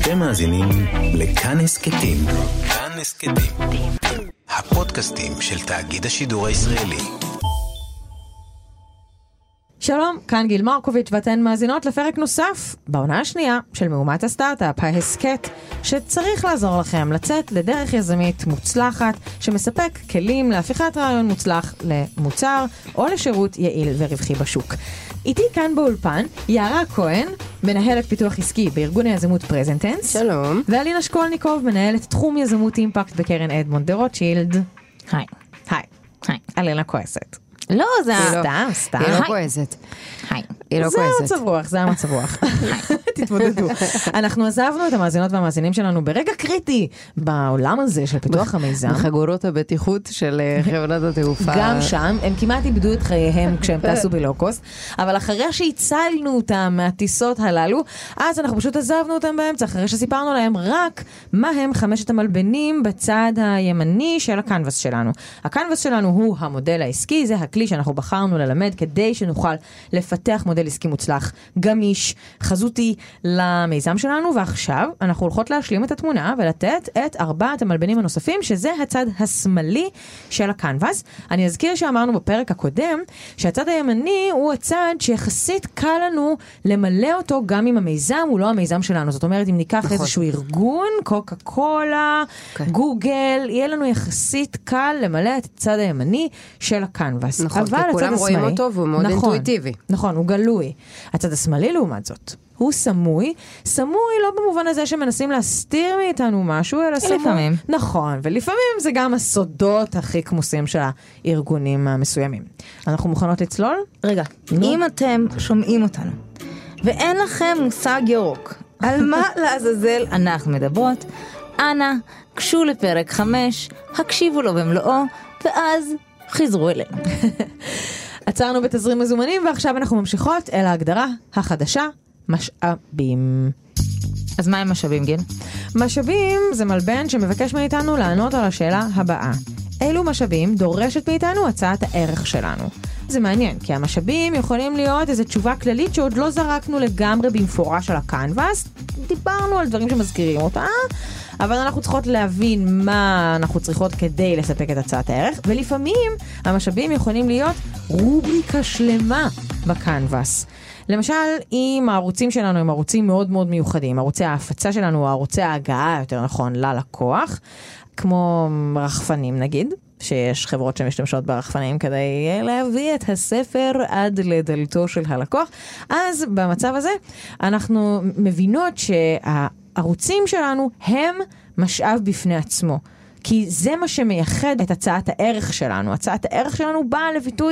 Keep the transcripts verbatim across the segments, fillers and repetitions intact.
אתם מאזינים לכאן הסכתים. כאן הסכתים. הפודקאסטים של תאגיד השידור הישראלי. שלום, כאן גיל מרקוביץ' ואתן מאזינות לפרק נוסף בעונה השנייה של מהומת הסטארט-אפ, ההסכת, שצריך לעזור לכם לצאת לדרך יזמית מוצלחת שמספק כלים להפיכת רעיון מוצלח למוצר או לשירות יעיל ורווחי בשוק. איתי כאן באולפן יערה כהן, מנהלת פיתוח עסקי בארגון היזמות פרזנטנס. שלום. ואלינה שקולניקוב, מנהלת תחום יזמות אימפקט בקרן אדמונד דה רוטשילד. היי. היי. היי. אלינה כועסת. לא, זה... סתם, סתם. היא לא כועסת. היי. היא לא זה כועסת. המצב רוח, זה המצב רוח. תתמודדו. אנחנו עזבנו את המאזינות והמאזינים שלנו ברגע קריטי בעולם הזה של פיתוח המיזם. בחגורות הבטיחות של חברת התעופה. גם שם, הם כמעט איבדו את חייהם כשהם טסו בלוקוסט, אבל אחרי שהצלנו אותם מהטיסות הללו, אז אנחנו פשוט עזבנו אותם באמצע, אחרי שסיפרנו להם רק מה הם חמשת המלבנים בצד הימני של הקנבס שלנו. הקנבס שלנו הוא המודל העסקי, זה הכלי שאנחנו בחרנו ללמד כדי שנוכל לפתח מודל עסקי מוצלח, גמיש, חזותי למיזם שלנו, ועכשיו אנחנו הולכות להשלים את התמונה ולתת את ארבעת המלבנים הנוספים, שזה הצד השמאלי של הקנבס. אני אזכיר שאמרנו בפרק הקודם, שהצד הימני הוא הצד שיחסית קל לנו למלא אותו גם אם המיזם הוא לא המיזם שלנו. זאת אומרת, אם ניקח נכון. איזשהו ארגון, קוקה קולה, okay. גוגל, יהיה לנו יחסית קל למלא את הצד הימני של הקנבס. נכון, כי כולם רואים אותו והוא מאוד נכון, אינטואיטיבי. נכון, הוא גלוי. הצד השמאלי לעומת זאת. הוא סמוי, סמוי לא במובן הזה שמנסים להסתיר מאיתנו משהו, אלא סמוי. לפעמים. נכון, ולפעמים זה גם הסודות הכי כמוסים של הארגונים המסוימים. אנחנו מוכנות לצלול? רגע, אם אתם שומעים אותנו, ואין לכם מושג ירוק, על מה לעזאזל אנחנו מדברות, אנא, קשו לפרק חמש, הקשיבו לו במלואו, ואז חזרו אלינו. עצרנו בתזרים מזומנים, ועכשיו אנחנו ממשיכות אל ההגדרה החדשה, משאבים. אז מה הם משאבים, גיל? משאבים זה מלבן שמבקש מאיתנו לענות על השאלה הבאה. אילו משאבים דורשת מאיתנו הצעת הערך שלנו? זה מעניין, כי המשאבים יכולים להיות איזו תשובה כללית שעוד לא זרקנו לגמרי במפורש על הקנבס. דיברנו על דברים שמזכירים אותה, אבל אנחנו צריכות להבין מה אנחנו צריכות כדי לספק את הצעת הערך, ולפעמים המשאבים יכולים להיות רובריקה שלמה בקנבס. למשל, אם הערוצים שלנו הם ערוצים מאוד מאוד מיוחדים, ערוצי ההפצה שלנו, ערוצי ההגעה, יותר נכון, ללקוח, כמו רחפנים נגיד, שיש חברות שמשתמשות ברחפנים כדי להביא את הספר עד לדלתו של הלקוח, אז במצב הזה אנחנו מבינות שהערוצים שלנו הם משאב בפני עצמו. כי זה מה שמייחד את הצעת הערך שלנו. הצעת הערך שלנו באה לביטוי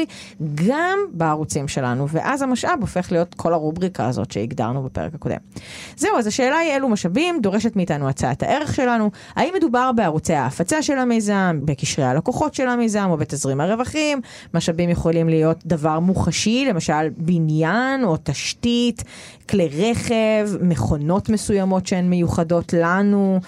גם בערוצים שלנו, ואז המשאב הופך להיות כל הרובריקה הזאת שהגדרנו בפרק הקודם. זהו, אז השאלה היא אילו משאבים דורשת מאיתנו הצעת הערך שלנו, האם מדובר בערוצי ההפצה של המיזם, בקשרי הלקוחות של המיזם, או בתזרים הרווחים. משאבים יכולים להיות דבר מוחשי, למשל בניין או תשתית, כלי רכב, מכונות מסוימות שהן מיוחדות לנו,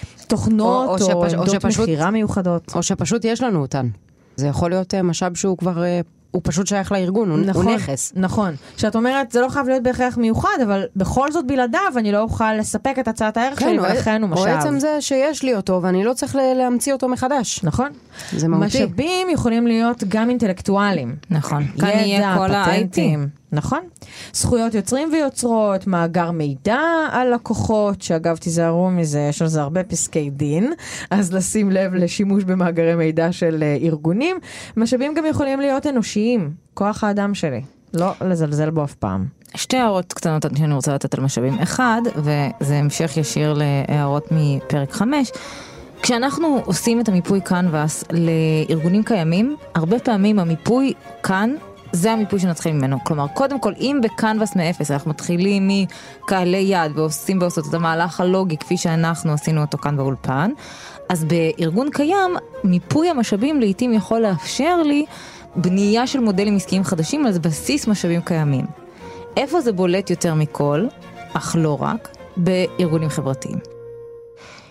תוכנות או, או, או שפש, עמדות או מחירה מיוחדות. או שפשוט יש לנו אותן. זה יכול להיות משאב שהוא כבר, הוא פשוט שייך לארגון, הוא, נכון, הוא נכס. נכון. שאת אומרת, זה לא חייב להיות בהכרח מיוחד, אבל בכל זאת בלעדיו אני לא אוכל לספק את הצעת הערך כן, שלי, ולכן הוא משאב. או עצם זה שיש לי אותו, ואני לא צריך להמציא אותו מחדש. נכון. זה מהותי. משאבים יכולים להיות גם אינטלקטואליים. נכון. ידע, כאן יהיה כל פטנטים. נכון. זכויות יוצרים ויוצרות, מאגר מידע על לקוחות, שאגב תיזהרו מזה, יש על זה הרבה פסקי דין, אז לשים לב לשימוש במאגרי מידע של ארגונים. משאבים גם יכולים להיות אנושיים, כוח האדם שלי, לא לזלזל בו אף פעם. שתי הערות קטנות שאני רוצה לתת על משאבים. אחד, וזה המשך ישיר להערות מפרק חמש, כשאנחנו עושים את המיפוי קנבס לארגונים קיימים, הרבה פעמים המיפוי כאן, זה המיפוי שנתחיל ממנו. כלומר, קודם כל, אם בקנבס מאפס אנחנו מתחילים מקהלי יד ועושים ועושות את המהלך הלוגי כפי שאנחנו עשינו אותו כאן באולפן, אז בארגון קיים, מיפוי המשאבים לעתים יכול לאפשר לי בנייה של מודלים עסקיים חדשים על בסיס משאבים קיימים. איפה זה בולט יותר מכל, אך לא רק, בארגונים חברתיים.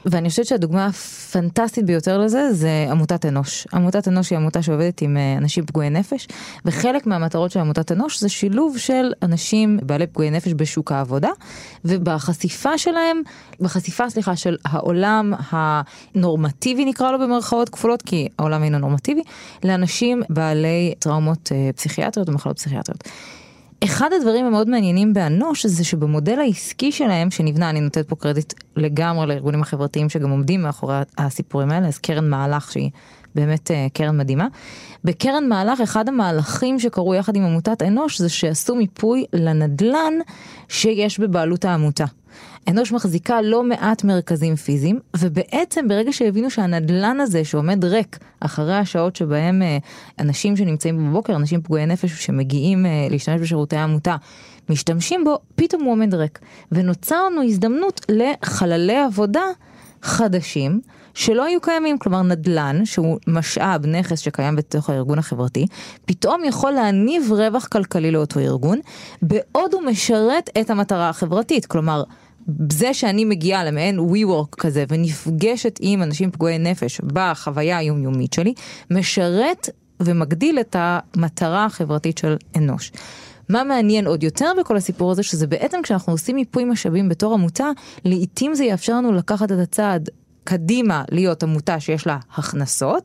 ואני חושבת שהדוגמה הפנטסטית ביותר לזה, זה עמותת אנוש. עמותת אנוש היא עמותה שעובדת עם אנשים פגועי נפש, וחלק מהמטרות של עמותת אנוש זה שילוב של אנשים בעלי פגועי נפש בשוק העבודה, ובחשיפה שלהם, בחשיפה, סליחה, של העולם הנורמטיבי, נקרא לו במרכאות כפולות, כי העולם אינו נורמטיבי, לאנשים בעלי טראומות פסיכיאטריות ומחלות פסיכיאטריות. אחד הדברים המאוד מעניינים באנוש זה שבמודל העסקי שלהם שנבנה, אני נותנת פה קרדיט לגמרי לארגונים החברתיים שגם עומדים מאחורי הסיפורים האלה, אז קרן מהלך שהיא באמת קרן מדהימה. בקרן מהלך אחד המהלכים שקרו יחד עם עמותת אנוש זה שעשו מיפוי לנדלן שיש בבעלות העמותה. אנוש מחזיקה לא מעט מרכזים פיזיים, ובעצם ברגע שהבינו שהנדלן הזה שעומד ריק אחרי השעות שבהם אנשים שנמצאים בבוקר, אנשים פגועי נפש שמגיעים להשתמש בשירותי העמותה, משתמשים בו, פתאום הוא עומד ריק. ונוצר לנו הזדמנות לחללי עבודה חדשים, שלא היו קיימים, כלומר נדלן, שהוא משאב, נכס שקיים בתוך הארגון החברתי, פתאום יכול להניב רווח כלכלי לאותו ארגון, בעוד הוא משרת את המטרה החברתית, כלומר, זה שאני מגיעה למעין WeWork כזה, ונפגשת עם אנשים פגועי נפש בחוויה היומיומית שלי, משרת ומגדיל את המטרה החברתית של אנוש. מה מעניין עוד יותר בכל הסיפור הזה, שזה בעצם כשאנחנו עושים מיפוי משאבים בתור עמותה, לעתים זה יאפשר לנו לקחת את הצעד קדימה להיות עמותה שיש לה הכנסות,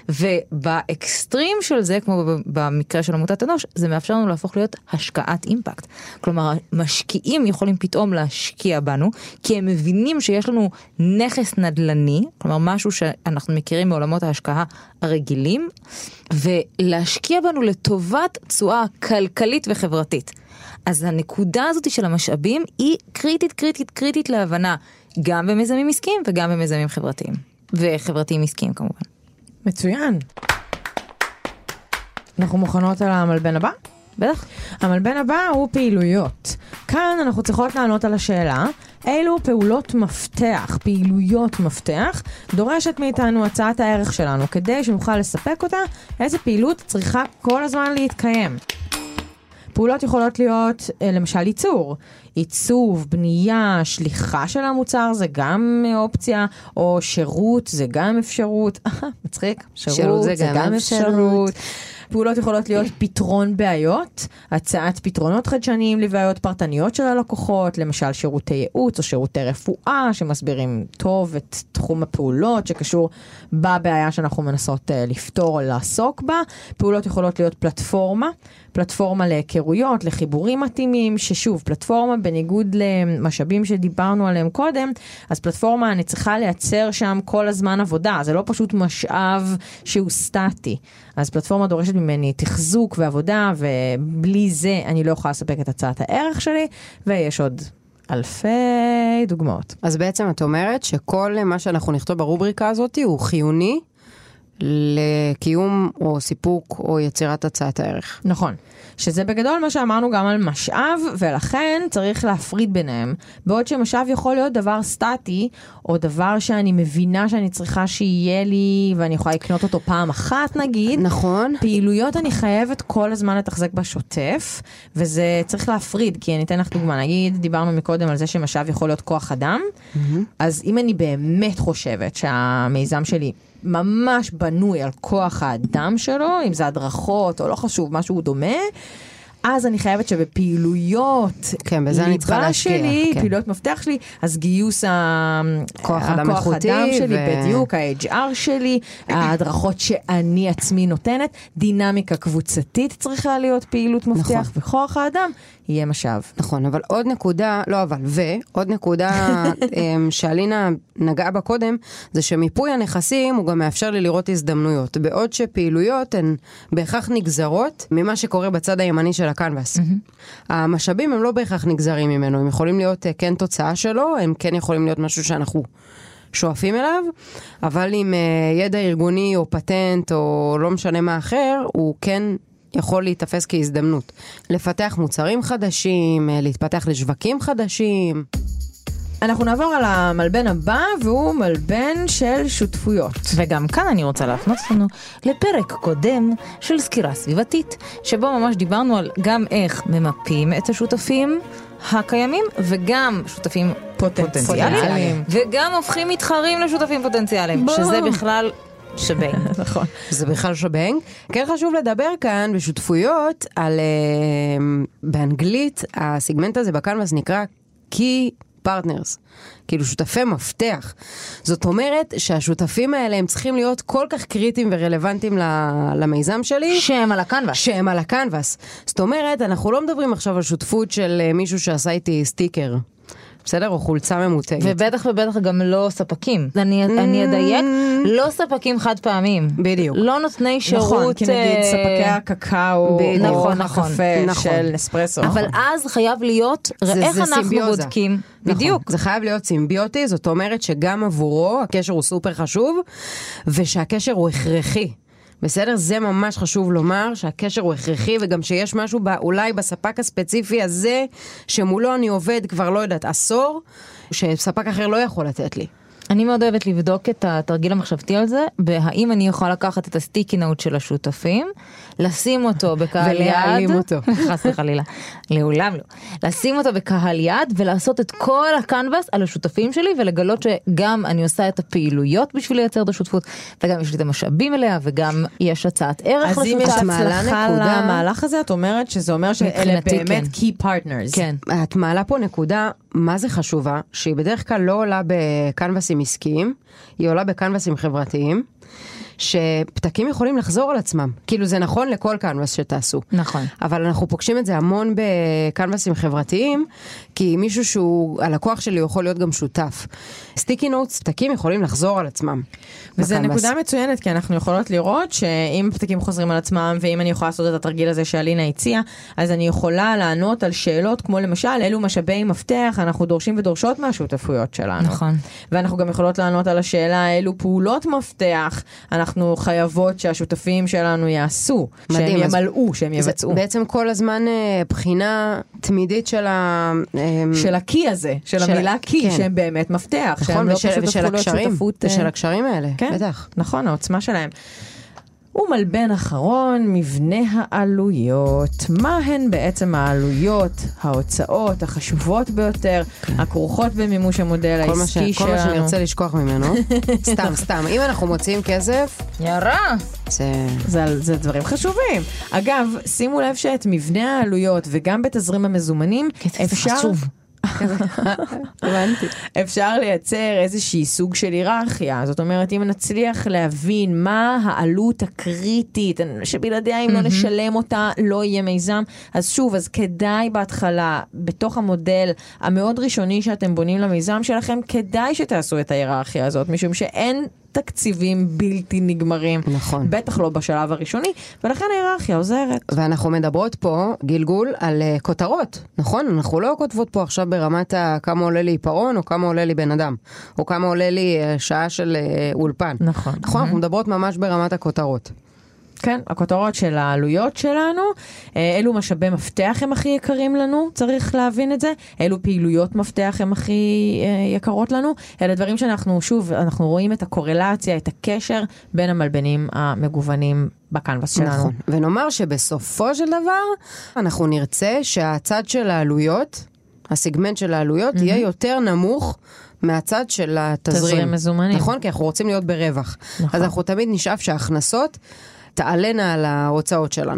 ובאקסטרים של זה, כמו במקרה של עמותת אנוש, זה מאפשר לנו להפוך להיות השקעת אימפקט. כלומר, משקיעים יכולים פתאום להשקיע בנו, כי הם מבינים שיש לנו נכס נדלני, כלומר משהו שאנחנו מכירים מעולמות ההשקעה הרגילים, ולהשקיע בנו לטובת תשואה כלכלית וחברתית. אז הנקודה הזאת של המשאבים היא קריטית, קריטית, קריטית להבנה, גם במיזמים עסקיים וגם במיזמים חברתיים. וחברתיים עסקיים כמובן. מצוין. אנחנו מוכנות על המלבן הבא? בטח. המלבן הבא הוא פעילויות. כאן אנחנו צריכות לענות על השאלה, אילו פעולות מפתח, פעילויות מפתח, דורשת מאיתנו הצעת הערך שלנו, כדי שנוכל לספק אותה, איזה פעילות צריכה כל הזמן להתקיים. פעולות יכולות להיות, למשל, ייצור. עיצוב, בנייה, שליחה של המוצר, זה גם אופציה, או שירות, זה גם אפשרות. מצחיק, שירות, שירות זה, זה גם, גם אפשרות. פעולות יכולות להיות פתרון בעיות, הצעת פתרונות חדשניים לבעיות פרטניות של הלקוחות, למשל שירותי ייעוץ או שירותי רפואה, שמסבירים טוב את תחום הפעולות שקשור בבעיה שאנחנו מנסות לפתור או לעסוק בה. פעולות יכולות להיות פלטפורמה, פלטפורמה להיכרויות, לחיבורים מתאימים, ששוב, פלטפורמה בניגוד למשאבים שדיברנו עליהם קודם, אז פלטפורמה אני צריכה לייצר שם כל הזמן עבודה, זה לא פשוט משאב שהוא סטטי. אז פלטפורמה דורשת ממני תחזוק ועבודה, ובלי זה אני לא יכולה לספק את הצעת הערך שלי, ויש עוד אלפי דוגמאות. אז בעצם את אומרת שכל מה שאנחנו נכתוב ברובריקה הזאת הוא חיוני לקיום או סיפוק או יצירת הצעת הערך. נכון. שזה בגדול מה שאמרנו גם על משאב, ולכן צריך להפריד ביניהם. בעוד שמשאב יכול להיות דבר סטטי, או דבר שאני מבינה שאני צריכה שיהיה לי, ואני יכולה לקנות אותו פעם אחת נגיד. נכון. פעילויות אני חייבת כל הזמן לתחזק בשוטף, וזה צריך להפריד, כי אני אתן לך דוגמה. נגיד, דיברנו מקודם על זה שמשאב יכול להיות כוח אדם, mm-hmm. אז אם אני באמת חושבת שהמיזם שלי ממש בנוי על כוח האדם שלו, אם זה הדרכות או לא חשוב, משהו דומה, אז אני חייבת שבפעילויות, כן, בזה אני צריכה להשקיע, שלי, כן. פעילויות מפתח שלי, אז גיוס כוח אדם איכותי, אדם שלי, ו... בדיוק, ה-אייץ' אר שלי, ההדרכות שאני עצמי נותנת, דינמיקה קבוצתית צריכה להיות פעילות מפתח, נכון. וכוח האדם יהיה משאב. נכון, אבל עוד נקודה, לא אבל, ועוד נקודה שאלינה נגעה בה קודם, זה שמיפוי הנכסים הוא גם מאפשר לי לראות הזדמנויות, בעוד שפעילויות הן בהכרח נגזרות ממה שקורה בצד הימני של הקנבס. המשאבים הם לא בהכרח נגזרים ממנו, הם יכולים להיות כן תוצאה שלו, הם כן יכולים להיות משהו שאנחנו שואפים אליו, אבל עם ידע ארגוני או פטנט או לא משנה מה אחר, הוא כן יכול להתאפס כהזדמנות. לפתח מוצרים חדשים, להתפתח לשווקים חדשים. אנחנו נעבור על המלבן הבא, והוא מלבן של שותפויות. וגם כאן אני רוצה להפנות לנו לפרק קודם של סקירה סביבתית, שבו ממש דיברנו על גם איך ממפים את השותפים הקיימים, וגם שותפים פוטנציאליים. וגם הופכים מתחרים לשותפים פוטנציאליים, שזה בכלל שבנג. נכון. זה בכלל שבנג. כן חשוב לדבר כאן בשותפויות על, uh, באנגלית, הסגמנט הזה בקנבס נקרא Key Partners. כאילו שותפי מפתח. זאת אומרת שהשותפים האלה הם צריכים להיות כל כך קריטיים ורלוונטיים למיזם שלי. שהם על הקנבס. שהם על הקנבס. זאת אומרת, אנחנו לא מדברים עכשיו על שותפות של מישהו שעשה איתי סטיקר. בסדר? או חולצה ממותגת. ובטח ובטח גם לא ספקים. אני, אני אדייק, לא ספקים חד פעמים. בדיוק. לא נותני שירות. נכון, כי נגיד ספקי הקקאו, או הקפה של נספרסו. אבל אז חייב להיות, איך אנחנו בודקים. בדיוק. זה חייב להיות סימביוטי, זאת אומרת שגם עבורו הקשר הוא סופר חשוב, ושהקשר הוא הכרחי. בסדר? זה ממש חשוב לומר שהקשר הוא הכרחי, וגם שיש משהו בא, אולי בספק הספציפי הזה, שמולו אני עובד כבר לא יודעת עשור, שספק אחר לא יכול לתת לי. אני מאוד אוהבת לבדוק את התרגיל המחשבתי על זה, בהאם אני יכולה לקחת את הסטיקי נוט של השותפים, לשים אותו בקהל יד. ולהעלים אותו. חס וחלילה. לעולם לא. לשים אותו בקהל יד, ולעשות את כל הקנבס על השותפים שלי, ולגלות שגם אני עושה את הפעילויות בשביל לייצר את השותפות, וגם יש לי את המשאבים אליה, וגם יש הצעת ערך לשותף. אז אם יש הצלחה למהלך הזה, את אומרת שזה אומר שאלה באמת key partners. כן. את מעלה פה נקודה, מה זה חשובה? שהיא בדרך כלל לא עולה בקנבסים עסקיים, היא עולה בקנבסים חברתיים, שפתקים יכולים לחזור על עצמם. כאילו זה נכון לכל קנבס שתעשו. נכון. אבל אנחנו פוגשים את זה המון בקנבסים חברתיים, כי מישהו שהוא, הלקוח שלי יכול להיות גם שותף. סטיקי נוטס, פתקים יכולים לחזור על עצמם. וזה בקנבס. נקודה מצוינת, כי אנחנו יכולות לראות שאם פתקים חוזרים על עצמם, ואם אני יכולה לעשות את התרגיל הזה שאלינה הציעה, אז אני יכולה לענות על שאלות כמו למשל, אילו משאבי מפתח אנחנו דורשים ודורשות מהשותפויות שלנו. נכון. ואנחנו גם יכולות לענות על השאלה, אילו פעולות מפתח אנחנו חייבות שהשותפים שלנו יעשו, מדהים, שהם ימלאו, שהם יבצעו. בעצם כל הזמן בחינה תמידית של ה... של הקי הזה, של המילה קי, כן. שהם באמת מפתח, נכון, שהם לא ושל, פשוט ושל הפכו להיות הקשרים, שותפות. ושל הקשרים האלה, כן, בטח. נכון, העוצמה שלהם. ומלבן אחרון, מבנה העלויות. מה הן בעצם העלויות, ההוצאות החשובות ביותר, הכרוכות במימוש המודל העסקי שלנו? כל מה שאני רוצה לשכוח ממנו. סתם, סתם. אם אנחנו מוציאים כסף... ירה! זה... זה, זה דברים חשובים. אגב, שימו לב שאת מבנה העלויות וגם בתזרים המזומנים, אפשר... חשוב. אפשר לייצר איזושהי סוג של היררכיה. זאת אומרת, אם נצליח להבין מה העלות הקריטית שבלעדיה אם לא נשלם אותה לא יהיה מיזם, אז שוב, אז כדאי בהתחלה בתוך המודל המאוד ראשוני שאתם בונים למיזם שלכם, כדאי שתעשו את ההיררכיה הזאת, משום שאין תקציבים בלתי נגמרים. נכון. בטח לא בשלב הראשוני, ולכן ההיררכיה עוזרת. ואנחנו מדברות פה, גלגול, על uh, כותרות, נכון? אנחנו לא כותבות פה עכשיו ברמת ה- כמה עולה לי עיפרון, או כמה עולה לי בן אדם, או כמה עולה לי uh, שעה של uh, אולפן. נכון. נכון, אנחנו מדברות ממש ברמת הכותרות. כן, הכותרות של העלויות שלנו, אילו משאבי מפתח הם הכי יקרים לנו, צריך להבין את זה, אילו פעילויות מפתח הם הכי יקרות לנו, אלה דברים שאנחנו, שוב, אנחנו רואים את הקורלציה, את הקשר בין המלבנים המגוונים בקנבס שלנו. נכון, ונאמר שבסופו של דבר, אנחנו נרצה שהצד של העלויות, הסגמנט של העלויות, יהיה יותר נמוך, מהצד של התזרים. תזרים מזומנים. נכון, כי אנחנו רוצים להיות ברווח. אז אנחנו תמיד נשאף שההכנסות תעלנה על ההוצאות שלנו.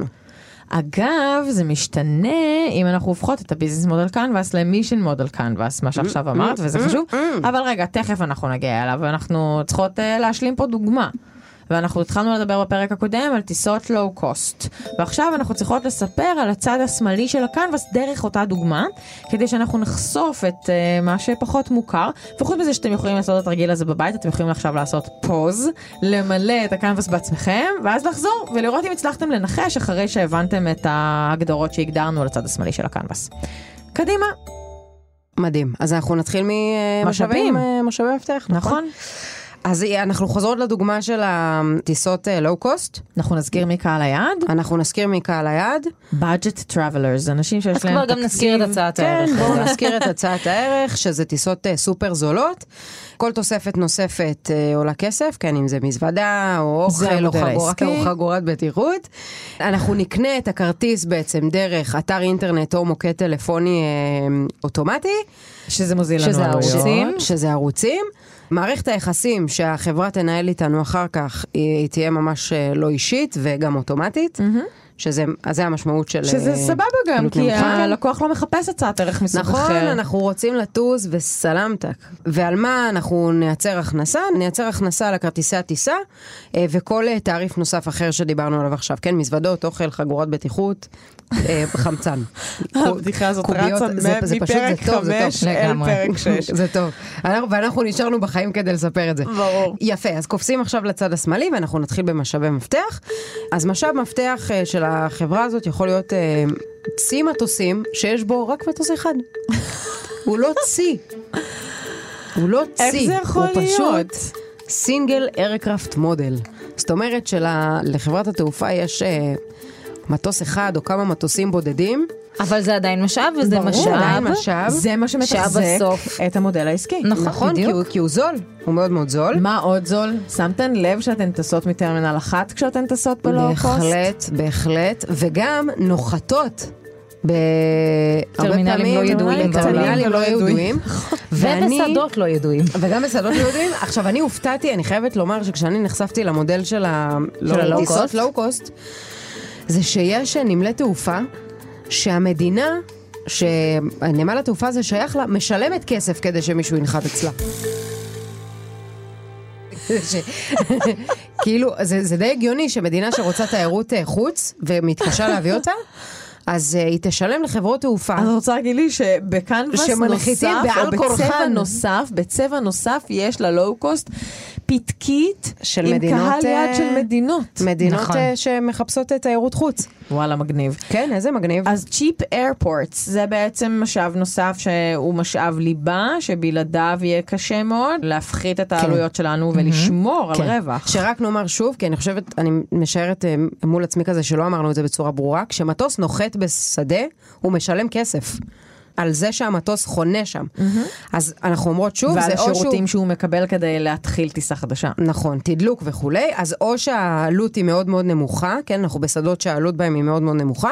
אגב, זה משתנה אם אנחנו הופכות את הביזנס מודל קנבס למישן מודל קנבס, מה שעכשיו אמרת, וזה חשוב. אבל רגע, תכף אנחנו נגיע אליו, ואנחנו צריכות להשלים פה דוגמה. ואנחנו התחלנו לדבר בפרק הקודם על טיסות לואו קוסט. ועכשיו אנחנו צריכות לספר על הצד השמאלי של הקנבס דרך אותה דוגמה, כדי שאנחנו נחשוף את uh, מה שפחות מוכר. וחוץ מזה שאתם יכולים לעשות את התרגיל הזה בבית, אתם יכולים עכשיו לעשות פוז, למלא את הקנבס בעצמכם, ואז לחזור ולראות אם הצלחתם לנחש אחרי שהבנתם את ההגדרות שהגדרנו על הצד השמאלי של הקנבס. קדימה. מדהים. אז אנחנו נתחיל ממשאבים, משאבי מפתח. נכון. אז אנחנו חוזרות לדוגמה של הטיסות לואו קוסט. אנחנו נזכיר מי קהל היעד. אנחנו נזכיר מי קהל היעד. budget travelers, אנשים שיש להם תקציב. אז כבר גם נזכיר את הצעת הערך. כן, בואו נזכיר את הצעת הערך, שזה טיסות סופר זולות. כל תוספת נוספת עולה כסף, כן, אם זה מזוודה, או אוכל, או חגורת בטיחות. אנחנו נקנה את הכרטיס בעצם דרך אתר אינטרנט או מוקד טלפוני אוטומטי. שזה מוזיל לנו שזה עלויות. ערוצים. שזה ערוצים. מערכת היחסים שהחברה תנהל איתנו אחר כך, היא תהיה ממש לא אישית וגם אוטומטית. שזה, אז זה המשמעות של... שזה סבבה גם, כי הלקוח לא מחפש הצעת ערך מסוג אחר. נכון, אנחנו רוצים לטוס וסלמתק. ועל מה אנחנו נייצר הכנסה? נייצר הכנסה לכרטיסי הטיסה, וכל תעריף נוסף אחר שדיברנו עליו עכשיו. כן, מזוודות, אוכל, חגורות בטיחות, חמצן. הבדיחה הזאת רצה מפרק חמש אל פרק שש. זה טוב. ואנחנו נשארנו בחיים כדי לספר את זה. ברור. יפה, אז קופסים עכשיו לצד השמאלי, ואנחנו נתחיל במשאבי מפתח. אז משאב מפתח של החברה הזאת יכול להיות צי מטוסים, שיש בו רק מטוס אחד. הוא לא צי. הוא לא צי. איך זה יכול הוא להיות? פשוט סינגל איירקראפט מודל. זאת אומרת שלחברת התעופה יש מטוס אחד או כמה מטוסים בודדים. אבל זה עדיין משאב, וזה ברור, משאב. עדיין משאב. זה מה שמתחזק בסוף. את המודל העסקי. נכון, כי הוא, כי הוא זול. הוא מאוד מאוד זול. מה עוד זול? שמתן לב שאתן טסות מטרמינל אחת כשאתן טסות בלואו-קוסט? בהחלט, בהחלט. וגם נוחתות. טרמינלים לא ידועים. טרמינלים לא ידועים. ובשדות לא ידועים. וגם בשדות לא ידועים. עכשיו, אני הופתעתי, אני חייבת לומר שכשאני נחשפתי למודל של הלואו-קוסט, זה שיש נמלי תעופה, שהמדינה, שנמל התעופה הזה שייך לה, משלמת כסף כדי שמישהו ינחת אצלה. כאילו, זה, זה די הגיוני שמדינה שרוצה תיירות חוץ ומתקשה להביא אותה, אז היא תשלם לחברות תעופה. אני רוצה להגיד לי שבקנבס נוסף, או בצבע נוסף, בצבע נוסף יש ללואו-קוסט פתקית של עם מדינות, קהל יד של מדינות. מדינות נכון. שמחפשות תיירות חוץ. וואלה, מגניב. כן, איזה מגניב. אז Cheap Airports זה בעצם משאב נוסף שהוא משאב ליבה, שבלעדיו יהיה קשה מאוד להפחית את העלויות שלנו ולשמור על רווח. שרק נאמר שוב, כי אני חושבת, אני משערת מול עצמי כזה שלא אמרנו את זה בצורה ברורה, כשמטוס נוחת בשדה, הוא משלם כסף. על זה שהמטוס חונה שם. אז אנחנו אומרות שוב, ועל זה או שהוא... השירותים שהוא מקבל כדי להתחיל טיסה חדשה. נכון, תדלוק וכולי, אז או שהעלות היא מאוד מאוד נמוכה, כן, אנחנו בשדות שהעלות בהם היא מאוד מאוד נמוכה,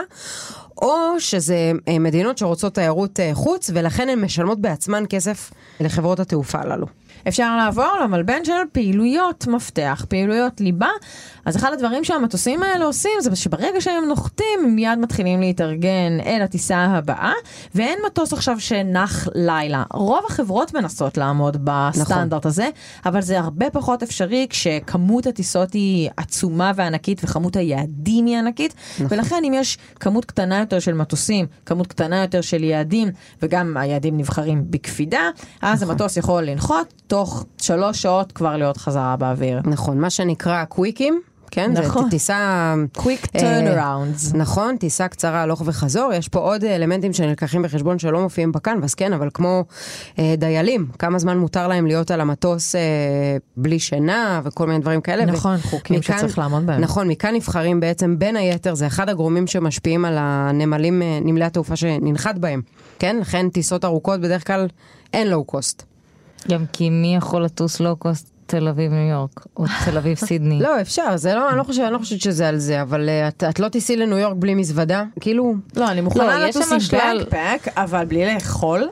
או שזה מדינות שרוצות תיירות חוץ, ולכן הן משלמות בעצמן כסף לחברות התעופה הללו. אפשר לעבור למלבן של פעילויות מפתח, פעילויות ליבה. אז אחד הדברים שהמטוסים האלה עושים, זה שברגע שהם נוחתים, הם מיד מתחילים להתארגן אל הטיסה הבאה, ואין מטוס עכשיו שנח לילה. רוב החברות מנסות לעמוד בסטנדרט הזה, אבל זה הרבה פחות אפשרי כשכמות הטיסות היא עצומה וענקית, וכמות היעדים היא ענקית, ולכן אם יש כמות קטנה יותר של מטוסים, כמות קטנה יותר של יעדים, וגם היעדים נבחרים בקפידה, אז המטוס יכול לנחות, תוך שלוש שעות כבר להיות חזרה באוויר. נכון, מה שנקרא קוויקים, כן? נכון. זה טיסה... Quick turnarounds. נכון, טיסה קצרה, הלוך וחזור. יש פה עוד אלמנטים שנלקחים בחשבון שלא מופיעים בקנבס, כן, אבל כמו אה, דיילים, כמה זמן מותר להם להיות על המטוס אה, בלי שינה וכל מיני דברים כאלה. נכון, ו- חוקים מכאן, שצריך לעמוד בהם. נכון, מכאן נבחרים בעצם בין היתר, זה אחד הגורמים שמשפיעים על הנמלים, נמלי התעופה שננחת בהם. כן, לכן טיסות ארוכות בדרך כלל אין לואו קוסט. גם כי מי יכול לטוס לואו קוסט תל אביב ניו יורק, או תל אביב סידני? לא, אפשר, זה לא, אני לא חושבת, אני לא חושבת שזה על זה, אבל את, את לא תיסי לניו יורק בלי מזוודה, כאילו... לא, אני מוכנה לא, לטוס עם בקפק, אבל בלי לאכול.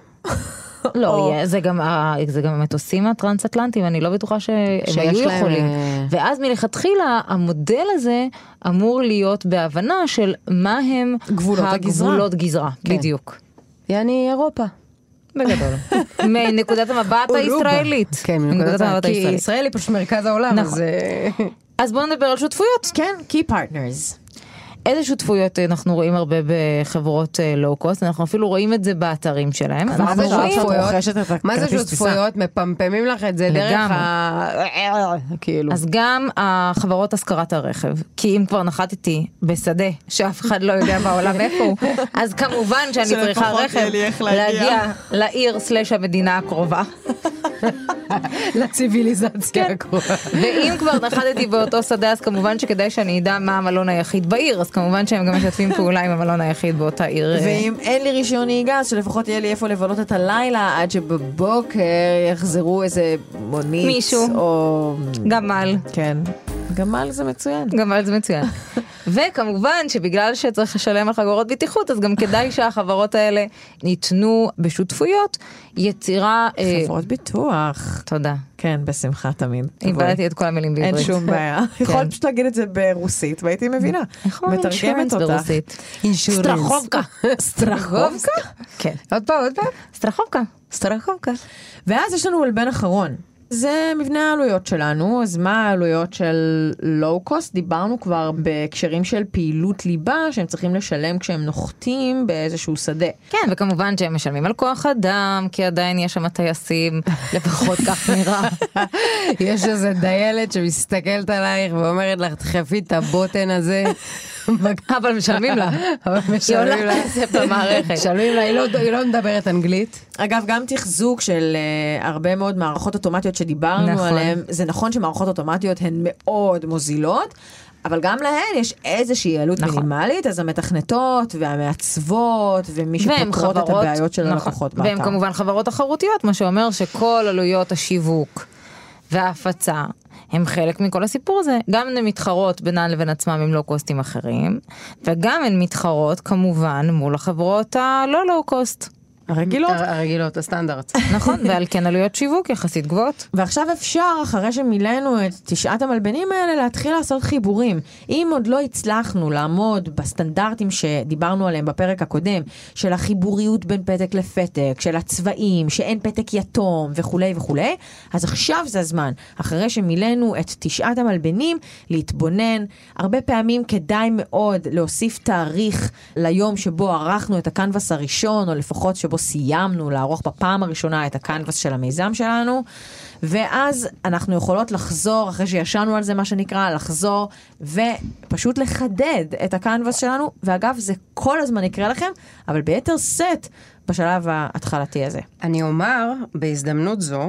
לא, זה גם, זה גם המטוסים הטרנס-אטלנטיים, אני לא בטוחה שהם היו יכולים. ואז מלכתחילה, המודל הזה אמור להיות בהבנה של מה הם הגבולות גזרה. בדיוק. יעני אירופה. בגדול. מנקודת המבט הישראלית. כן, מנקודת המבט הישראלית. כי ישראל היא פשוט מרכז העולם. אז בואו נדבר על שותפויות. כן, key partners. איזה שותפויות אנחנו רואים הרבה בחברות לואו-קוסט, אנחנו אפילו רואים את זה באתרים שלהם. מה זה שותפויות? מה זה שותפויות? מפמפמים לך את זה דרך ה... אז גם החברות השכרת הרכב, כי אם כבר נחתתי בשדה, שאף אחד לא יודע בעולם איפה הוא, אז כמובן שאני צריכה רכב להגיע לעיר סלש המדינה הקרובה. לציביליזציה הקרובה. ואם כבר נחתתי באותו שדה, אז כמובן שכדאי שאני אדע מה המלון היחיד בעיר, אז כמובן שהם גם משתפים פעולה עם המלון היחיד באותה עיר. ואם אין לי רישיון נהיגה, אז שלפחות יהיה לי איפה לבלות את הלילה, עד שבבוקר יחזרו איזה מונית. מישהו. או... גמל. כן. גמל זה מצוין. גמל זה מצוין. וכמובן שבגלל שצריך לשלם על חגורות בטיחות, אז גם כדאי שהחברות האלה ניתנו בשותפויות, יצירה... חברות ביטוח. תודה. כן, בשמחה תמיד. איבדתי את כל המילים בעברית. אין שום בעיה. יכול פשוט להגיד את זה ברוסית, והייתי מבינה. מתרגמת אותך. ברוסית. סטרחובקה. סטרחובקה? כן. עוד פעם, עוד פעם. סטרחובקה. סטרחובקה. ואז יש לנו מלבן אחרון. זה מבנה העלויות שלנו, אז מה העלויות של לואו-קוסט? דיברנו כבר בהקשרים של פעילות ליבה, שהם צריכים לשלם כשהם נוחתים באיזשהו שדה. כן, וכמובן שהם משלמים על כוח אדם, כי עדיין יש שם טייסים, לפחות כך נראה. יש איזה דיילת שמסתכלת עלייך ואומרת לך, תחפי את הבוטן הזה. אבל משלמים לה. אבל משלמים לה. זה במערכת. משלמים לה, היא לא מדברת אנגלית. אגב, גם תחזוק של uh, הרבה מאוד מערכות אוטומטיות שדיברנו נכון. עליהן, זה נכון שמערכות אוטומטיות הן מאוד מוזילות, אבל גם להן יש איזושהי עלות נכון. מינימלית, אז המתכנתות והמעצבות ומי שפותרות את הבעיות של נכון. הלקוחות באתר. והם כמובן חברות תחרותיות, מה שאומר שכל עלויות השיווק וההפצה הם חלק מכל הסיפור הזה. גם הן מתחרות בינן לבין עצמם עם לואו-קוסטים אחרים, וגם הן מתחרות כמובן מול החברות הלא לואו-קוסט. הרגילות. הרגילות, הסטנדרט. נכון, ועל כן עלויות שיווק יחסית גבוהות. ועכשיו אפשר, אחרי שמילאנו את תשעת המלבנים האלה, להתחיל לעשות חיבורים. אם עוד לא הצלחנו לעמוד בסטנדרטים שדיברנו עליהם בפרק הקודם, של החיבוריות בין פתק לפתק, של הצבעים, שאין פתק יתום וכו' וכו', אז עכשיו זה הזמן, אחרי שמילאנו את תשעת המלבנים, להתבונן. הרבה פעמים כדאי מאוד להוסיף תאריך ליום שבו ערכנו את הקנבס הראשון, או לפחות שבו סיימנו לערוך בפעם הראשונה את הקנבס של המיזם שלנו, ואז אנחנו יכולות לחזור, אחרי שישנו על זה מה שנקרא, לחזור ופשוט לחדד את הקנבס שלנו, ואגב זה כל הזמן יקרה לכם, אבל ביתר סט בשלב ההתחלתי הזה. אני אומר בהזדמנות זו,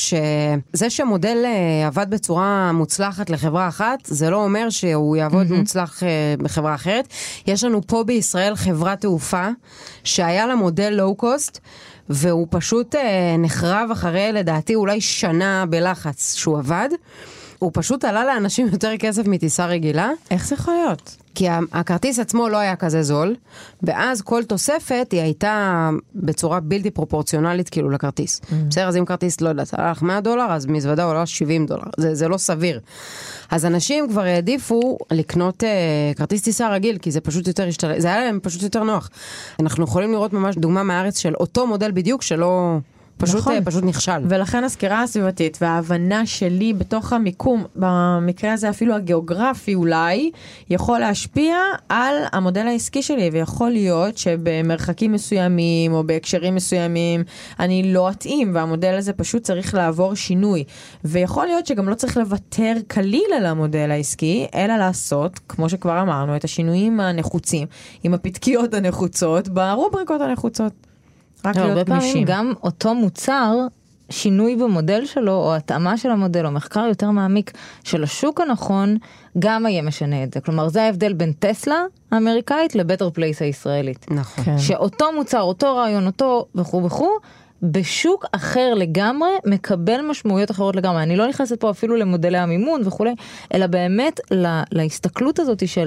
שזה שמודל עבד בצורה מוצלחת לחברה אחת, זה לא אומר שהוא יעבוד mm-hmm. מוצלח בחברה אחרת. יש לנו פה בישראל חברת תעופה, שהיה לה מודל לואו-קוסט, והוא פשוט נחרב אחרי, לדעתי, אולי שנה בלחץ שהוא עבד. הוא פשוט עלה לאנשים יותר כסף מטיסה רגילה. איך זה יכול להיות? כי הכרטיס עצמו לא היה כזה זול, ואז כל תוספת היא הייתה בצורה בלתי פרופורציונלית כאילו לכרטיס. Mm-hmm. בסדר, אז אם כרטיס לא יודעת, הלך מאה דולר, אז מזוודה עולה שבעים דולר. זה, זה לא סביר. אז אנשים כבר העדיפו לקנות uh, כרטיס טיסה רגיל, כי זה פשוט יותר השתל... זה היה להם פשוט יותר נוח. אנחנו יכולים לראות ממש דוגמה מהארץ של אותו מודל בדיוק שלא... פשוט, נכון. פשוט נכשל. ולכן הסקירה הסביבתית וההבנה שלי בתוך המיקום, במקרה הזה אפילו הגיאוגרפי אולי, יכול להשפיע על המודל העסקי שלי, ויכול להיות שבמרחקים מסוימים או בהקשרים מסוימים אני לא אתאים, והמודל הזה פשוט צריך לעבור שינוי. ויכול להיות שגם לא צריך לוותר כליל על המודל העסקי, אלא לעשות, כמו שכבר אמרנו, את השינויים הנחוצים, עם הפתקיות הנחוצות, ברובריקות הנחוצות. רק להיות גמישים. גם אותו מוצר, שינוי במודל שלו, או התאמה של המודל, או מחקר יותר מעמיק של השוק הנכון, גם יהיה משנה את זה. כלומר, זה ההבדל בין טסלה האמריקאית לבטר פלייס הישראלית. נכון. כן. שאותו מוצר, אותו רעיון, אותו וכו' וכו', בשוק אחר לגמרי, מקבל משמעויות אחרות לגמרי. אני לא נכנסת פה אפילו למודלי המימון וכו', אלא באמת לה, להסתכלות הזאת של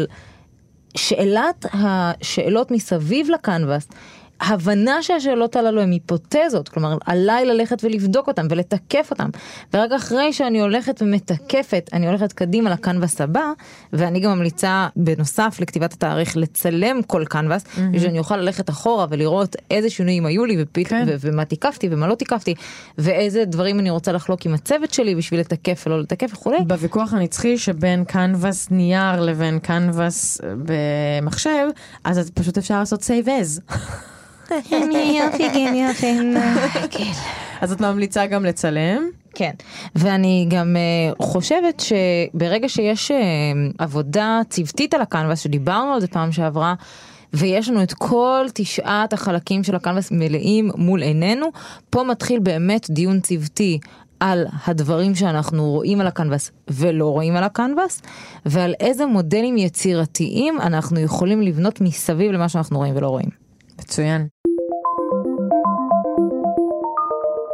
שאלת השאלות מסביב לקנבס, הבנה שהשאלות הללו הן היפותזות, כלומר, עליי ללכת ולבדוק אותם ולתקף אותם, ורק אחרי שאני הולכת ומתקפת, אני הולכת קדימה לקנבס הבא, ואני גם ממליצה בנוסף לכתיבת התאריך לצלם כל קנבס, mm-hmm. ושאני אוכל ללכת אחורה ולראות איזה שינויים היו לי, ופית, כן. ו- ומה תיקפתי ומה לא תיקפתי, ואיזה דברים אני רוצה לחלוק עם הצוות שלי בשביל לתקף ולא לתקף וכו'. בוויכוח הנצחי שבין קנבס נייר לבין קנבס במחשב, אז פשוט אפשר לעשות save as. אני יופי, כן, יופי. אז את ממליצה גם לצלם? כן, ואני גם uh, חושבת שברגע שיש uh, עבודה צוותית על הקנבס, שדיברנו על זה פעם שעברה, ויש לנו את כל תשעת החלקים של הקנבס מלאים מול עינינו, פה מתחיל באמת דיון צוותי על הדברים שאנחנו רואים על הקנבס ולא רואים על הקנבס, ועל איזה מודלים יצירתיים אנחנו יכולים לבנות מסביב למה שאנחנו רואים ולא רואים. מצוין.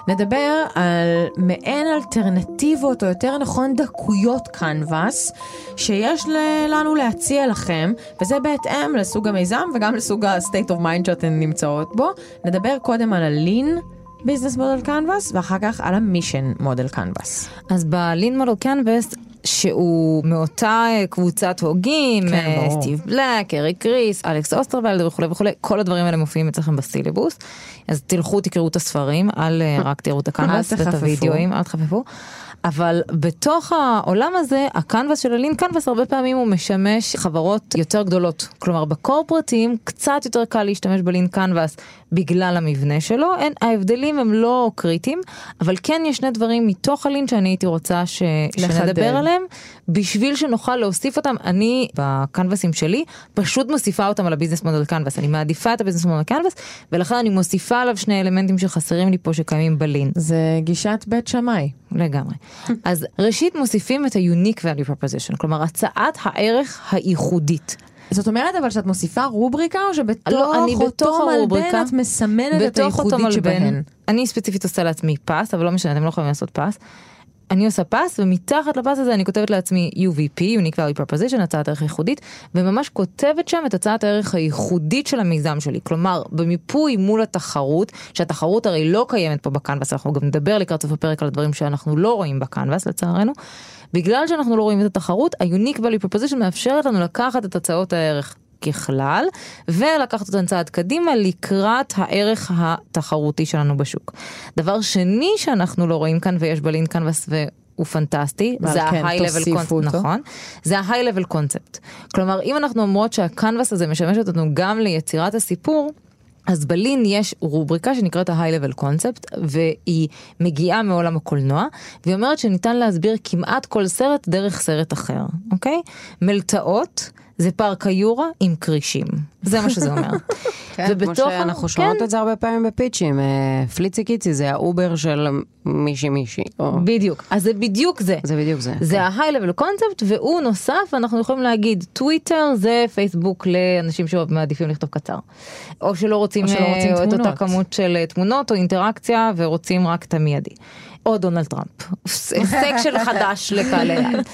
נדבר על מעין אלטרנטיבות, או יותר נכון דקויות קנבס, שיש לנו להציע לכם, וזה בהתאם לסוג המיזם וגם לסוג ה-state of mind שאתן נמצאות בו. נדבר קודם על ה-Lean Business Model Canvas, ואחר כך על ה-Mission Model Canvas. אז ב-Lean Model Canvas, שהוא מאותה קבוצת הוגים, כן, סטיב בלק, אריק ריס, אלכס אוסטרוולד וכו' וכו', כל הדברים האלה מופיעים אצלכם בסילבוס, אז תלכו תקראו את הספרים, אל רק תראו את הקנבס ואת הוידאוים, אל תחפפו. אבל בתוך העולם הזה, הקנבס של הלין קנבס הרבה פעמים הוא משמש חברות יותר גדולות. כלומר, בקורפרטים קצת יותר קל להשתמש בלין קנבס בגלל המבנה שלו. אין, ההבדלים הם לא קריטיים, אבל כן יש שני דברים מתוך הלין שאני הייתי רוצה ש... שנדבר עליהם, בשביל שנוכל להוסיף אותם. אני, בקנבסים שלי, פשוט מוסיפה אותם על הביזנס מודל קנבס. אני מעדיפה את הביזנס מודל קנבס, ולכן אני מוסיפה עליו שני אלמנטים שחסרים לי פה שקיימים בלין. זה גישת בית שמאי. לגמרי. אז ראשית מוסיפים את ה-unique value proposition, כלומר הצעת הערך הייחודית. זאת אומרת אבל שאת מוסיפה רובריקה, או שבתוך לא, אני אותו בתוך מלבן את מסמנת את הייחודית שבהן? אני ספציפית עושה לעצמי פס, אבל לא משנה, אתם לא יכולים לעשות פס. אני עושה פס, ומתחת לפס הזה אני כותבת לעצמי יו וי פי, Unique Value Proposition, הצעת הערך הייחודית, וממש כותבת שם את הצעת הערך הייחודית של המיזם שלי. כלומר, במיפוי מול התחרות, שהתחרות הרי לא קיימת פה בקנבס, אנחנו גם נדבר לקראת סוף הפרק על הדברים שאנחנו לא רואים בקנבס, לצערנו. בגלל שאנחנו לא רואים את התחרות, ה-Unique Value Proposition מאפשרת לנו לקחת את הצעות הערך ככלל, ולקחת אותן צעד קדימה לקראת הערך התחרותי שלנו בשוק. דבר שני שאנחנו לא רואים כאן, ויש בלין קנבס והוא פנטסטי, זה ה-high level concept, נכון? זה ה-high level concept. כלומר, אם אנחנו אומרות שהקנבס הזה משמש אותנו גם ליצירת הסיפור, אז בלין יש רובריקה שנקראת ה-high level concept, והיא מגיעה מעולם הקולנוע, והיא אומרת שניתן להסביר כמעט כל סרט דרך סרט אחר, אוקיי? מלטעות, זה פארק היורה עם קרישים. זה מה שזה אומר. כן, כמו שאנחנו שומעות את זה הרבה פעמים בפיצ'ים. פליצי קיצי זה האובר של מישי מישי. בדיוק. אז זה בדיוק זה. זה בדיוק זה. זה ה-high level concept, והוא נוסף, אנחנו יכולים להגיד, טוויטר זה פייסבוק לאנשים שמעדיפים לכתוב קצר. או שלא רוצים את אותה כמות של תמונות או אינטראקציה, ורוצים רק את המיידי. או דונלד טראמפ. הישג של חדש לקהל היעד.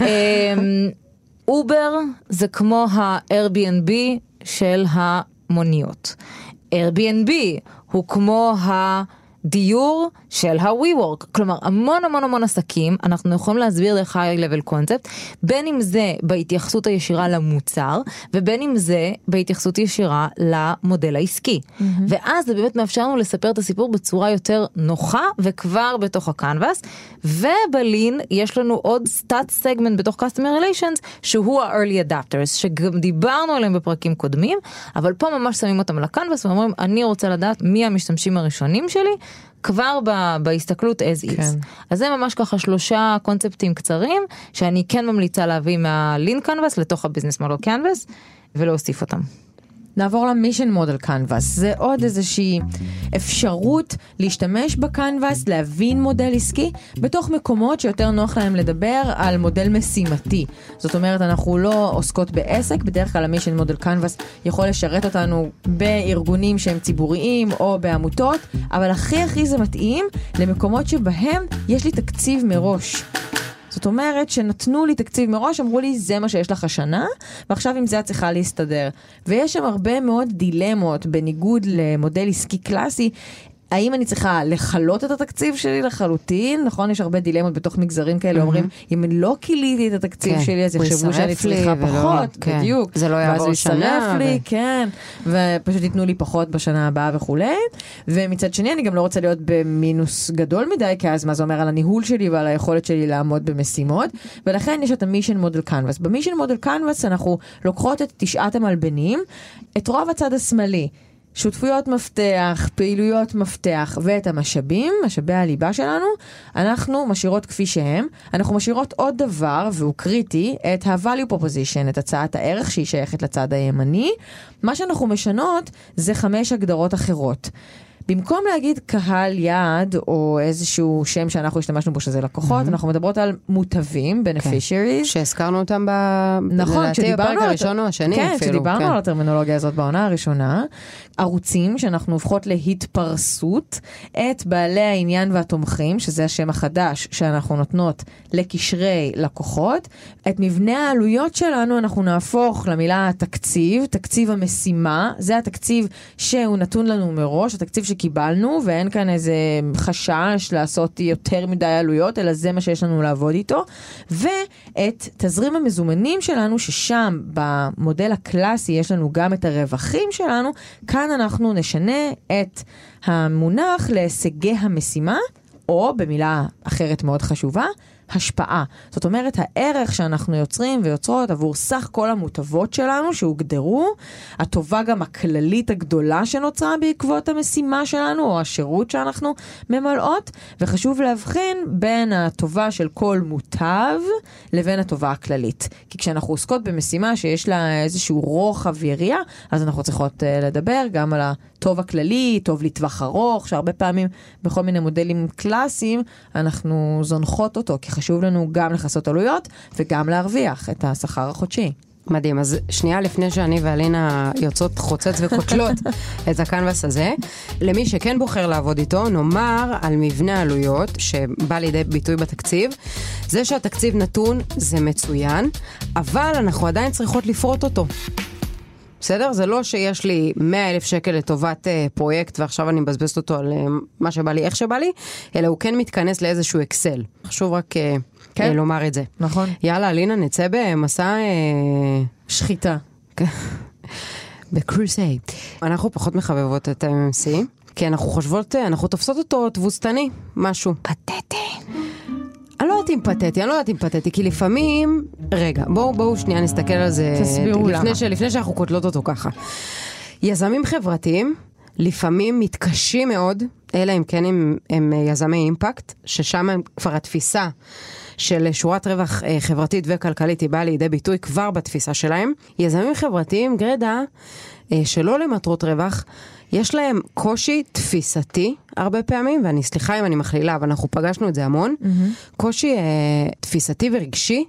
אובר זה כמו ה-Airbnb של המוניות. Airbnb הוא כמו הדיור של ה-WeWork. כלומר, המון המון המון עסקים, אנחנו יכולים להסביר דרך high level concept, בין אם זה בהתייחסות הישירה למוצר, ובין אם זה בהתייחסות ישירה למודל העסקי. Mm-hmm. ואז זה באמת מאפשר לנו לספר את הסיפור בצורה יותר נוחה, וכבר בתוך הקנבס, ובלין יש לנו עוד סטאט סגמנט בתוך Customer Relations, שהוא ה-Early Adapters, שגם דיברנו עליהם בפרקים קודמים, אבל פה ממש שמים אותם על הקנבס, ואומרים, אני רוצה לדעת מי המשתמשים הראשונים שלי, כבר בהסתכלות as is. כן. אז זה ממש ככה שלושה קונספטים קצרים, שאני כן ממליצה להביא מה-Lean Canvas לתוך ה-Business Model Canvas, ולהוסיף אותם. נעבור למישן מודל קנבס. זה עוד איזושהי אפשרות להשתמש בקנבס, להבין מודל עסקי, בתוך מקומות שיותר נוח להם לדבר על מודל משימתי. זאת אומרת, אנחנו לא עוסקות בעסק, בדרך כלל המישן מודל קנבס יכול לשרת אותנו בארגונים שהם ציבוריים או בעמותות, אבל הכי הכי זה מתאים למקומות שבהם יש לי תקציב מראש. זאת אומרת שנתנו לי תקציב מראש, אמרו לי זה מה שיש לך השנה, ועכשיו עם זה את צריכה להסתדר. ויש שם הרבה מאוד דילמות, בניגוד למודל עסקי קלאסי, האם אני צריכה לחלות את התקציב שלי לחלוטין? נכון, יש הרבה דילמות בתוך מגזרים כאלה, אומרים, אם אני לא קיליתי את התקציב שלי, אז יחשבו שאני צריכה פחות, בדיוק. זה לא יעבור שנה. לי, כן, ופשוט ייתנו לי פחות בשנה הבאה וכולי. ומצד שני, אני גם לא רוצה להיות במינוס גדול מדי, כי אז מה זה אומר על הניהול שלי ועל היכולת שלי לעמוד במשימות, ולכן יש את המישן מודל קנבס. במישן מודל קנבס אנחנו לוקחות את תשעת המלבנים, את רוב הצד השמאלי, שותפויות מפתח, פעילויות מפתח ואת המשאבים, משאבי הליבה שלנו, אנחנו משאירות כפי שהם. אנחנו משאירות עוד דבר, והוא קריטי, את ה-value proposition, את הצעת הערך שהיא שייכת לצד הימני. מה שאנחנו משנות זה חמש הגדרות אחרות. במקום להגיד קהל יעד, או איזשהו שם שאנחנו השתמשנו בו שזה לקוחות, mm-hmm. אנחנו מדברות על מוטבים, beneficiaries. שהזכרנו אותם ב... נכון, בפרק הראשון או השני כן, אפילו. כשדיברנו כן. על הטרמינולוגיה הזאת בעונה הראשונה, ערוצים שאנחנו הופכות להתפרסות, את בעלי העניין והתומכים, שזה השם החדש שאנחנו נותנות לקשרי לקוחות, את מבנה העלויות שלנו אנחנו נהפוך למילה תקציב, תקציב המשימה, זה התקציב שהוא נתון לנו מראש, התקציב שקיבלנו, ואין כאן איזה חשש לעשות יותר מדי עלויות, אלא זה מה שיש לנו לעבוד איתו, ואת תזרים המזומנים שלנו, ששם במודל הקלאסי יש לנו גם את הרווחים שלנו, כאן אנחנו נשנה את המונח להישגי המשימה, או במילה אחרת מאוד חשובה, השפעה. זאת אומרת, הערך שאנחנו יוצרים ויוצרות עבור סך כל המוטבות שלנו שהוגדרו, הטובה גם הכללית הגדולה שנוצרה בעקבות המשימה שלנו, או השירות שאנחנו ממלאות, וחשוב להבחין בין הטובה של כל מוטב לבין הטובה הכללית. כי כשאנחנו עוסקות במשימה שיש לה איזשהו רוחב יריעה, אז אנחנו צריכות uh, לדבר גם על הטוב הכללי, טוב לטווח ארוך, שהרבה פעמים בכל מיני מודלים קלאסיים אנחנו זונחות אותו, כי חשוב לנו גם לחסות עלויות וגם להרוויח את השכר החודשי. מדהים, אז שנייה לפני שאני ואלינה יוצאות חוצץ וקוטלות את הקנבס הזה, למי שכן בוחר לעבוד איתו, נאמר על מבנה עלויות שבא לידי ביטוי בתקציב, זה שהתקציב נתון זה מצוין, אבל אנחנו עדיין צריכות לפרוט אותו. בסדר? זה לא שיש לי מאה אלף שקל לטובת uh, פרויקט ועכשיו אני מבזבזת אותו על uh, מה שבא לי, איך שבא לי, אלא הוא כן מתכנס לאיזשהו אקסל. חשוב רק uh, כן. uh, לומר את זה. נכון. יאללה, אלינה, נצא במסע... Uh... שחיטה. בקרוסייד. אנחנו פחות מחבבות את ה-אם אם סי, כי אנחנו חושבות, אנחנו תופסות אותו תבוסתני, משהו. פתטי. אני לא יודעת אם פתטי, אני לא יודעת אם פתטי, כי לפעמים, רגע, בואו, בואו שנייה נסתכל על זה, תסבירו לפני למה. ש, לפני שאנחנו קוטלות אותו ככה. יזמים חברתיים, לפעמים מתקשים מאוד, אלא אם כן הם, הם יזמי אימפקט, ששם הם כבר התפיסה של שורת רווח חברתית וכלכלית היא באה לידי ביטוי כבר בתפיסה שלהם. יזמים חברתיים, גרדה, שלא למטרות רווח, יש להם קושי תפיסתי הרבה פעמים, ואני סליחה אם אני מכלילה, אבל אנחנו פגשנו את זה המון, mm-hmm. קושי אה, תפיסתי ורגשי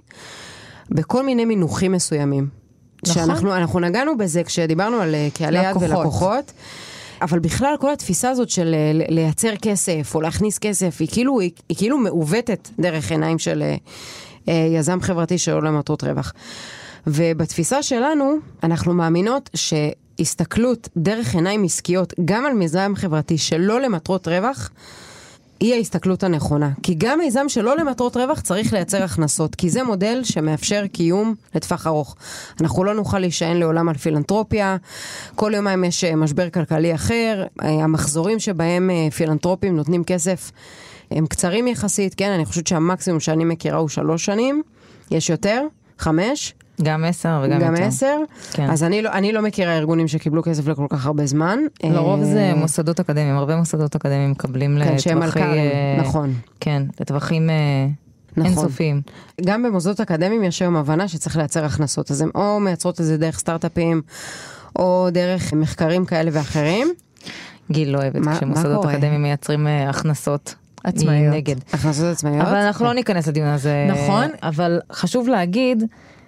בכל מיני מינוחים מסוימים. נכון. שאנחנו אנחנו נגענו בזה כשדיברנו על קהלי יד ולקוחות, אבל בכלל כל התפיסה הזאת של לייצר כסף או להכניס כסף, היא כאילו, היא, היא כאילו מעוותת דרך עיניים של אה, יזם חברתי שלא למטרות רווח. ובתפיסה שלנו אנחנו מאמינות ש... הסתכלות דרך עיניים עסקיות, גם על מיזם חברתי שלא למטרות רווח, היא ההסתכלות הנכונה. כי גם מיזם שלא למטרות רווח צריך לייצר הכנסות, כי זה מודל שמאפשר קיום לטווח ארוך. אנחנו לא נוכל להישען לעולם על פילנטרופיה, כל יומיים יש משבר כלכלי אחר, המחזורים שבהם פילנטרופים נותנים כסף, הם קצרים יחסית, כן, אני חושבת שהמקסימום שאני מכירה הוא שלוש שנים, יש יותר, חמש, גם עשר וגם גם יותר. עשר. כן. אז אני לא, אני לא מכירה ארגונים שקיבלו כסף לכל כך הרבה זמן. לרוב זה מוסדות אקדמיים, הרבה מוסדות אקדמיים מקבלים כן, שהם לטווחי... מלכ"רים, נכון. כן, לטווחים נכון. אינסופיים. גם במוסדות אקדמיים יש היום הבנה שצריך לייצר הכנסות, אז הם או מייצרות את זה דרך סטארט-אפים, או דרך מחקרים כאלה ואחרים. גיל לא אוהבת כשמוסדות אקדמיים מייצרים הכנסות. עצמאיות. נגד. הכנסות עצמאיות. אבל אנחנו לא ניכנס לדיון הזה. נכון. אבל חשוב להגיד,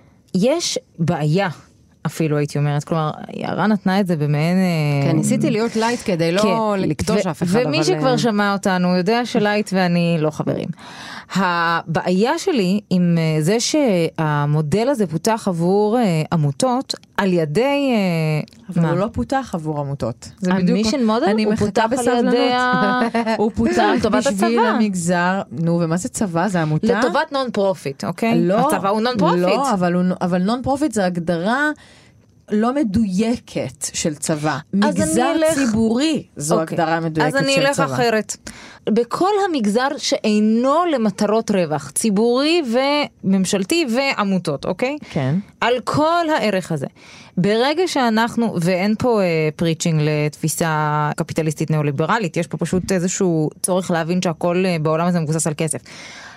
יש בעיה, אפילו הייתי אומרת, כלומר, יערה נתנה את זה במעין... כן, ניסיתי להיות לייט כדי לא לקטוש אף אחד, ומי שכבר שמע אותנו יודע שלייט ואני לא חברים. הבעיה שלי עם זה שהמודל הזה פותח עבור עמותות על ידי... אבל הוא לא פותח עבור עמותות. המישן מודל הוא פותח על ידי... הוא פותח בשביל המגזר. נו, ומה זה צבא? זה עמותה? לטובת נון פרופיט, אוקיי? לא. הצבא הוא נון פרופיט. לא, אבל נון פרופיט זה הגדרה... לא מדויקת של צבא. מגזר ציבורי זו okay. הגדרה מדויקת של צבא. אז אני אלך אחרת. בכל המגזר שאינו למטרות רווח, ציבורי וממשלתי ועמותות, אוקיי? כן. על כל הערך הזה. ברגע שאנחנו, ואין פה פריצ'ינג uh, לתפיסה קפיטליסטית נאו-ליברלית, יש פה פשוט איזשהו צורך להבין שהכל uh, בעולם הזה מבוסס על כסף.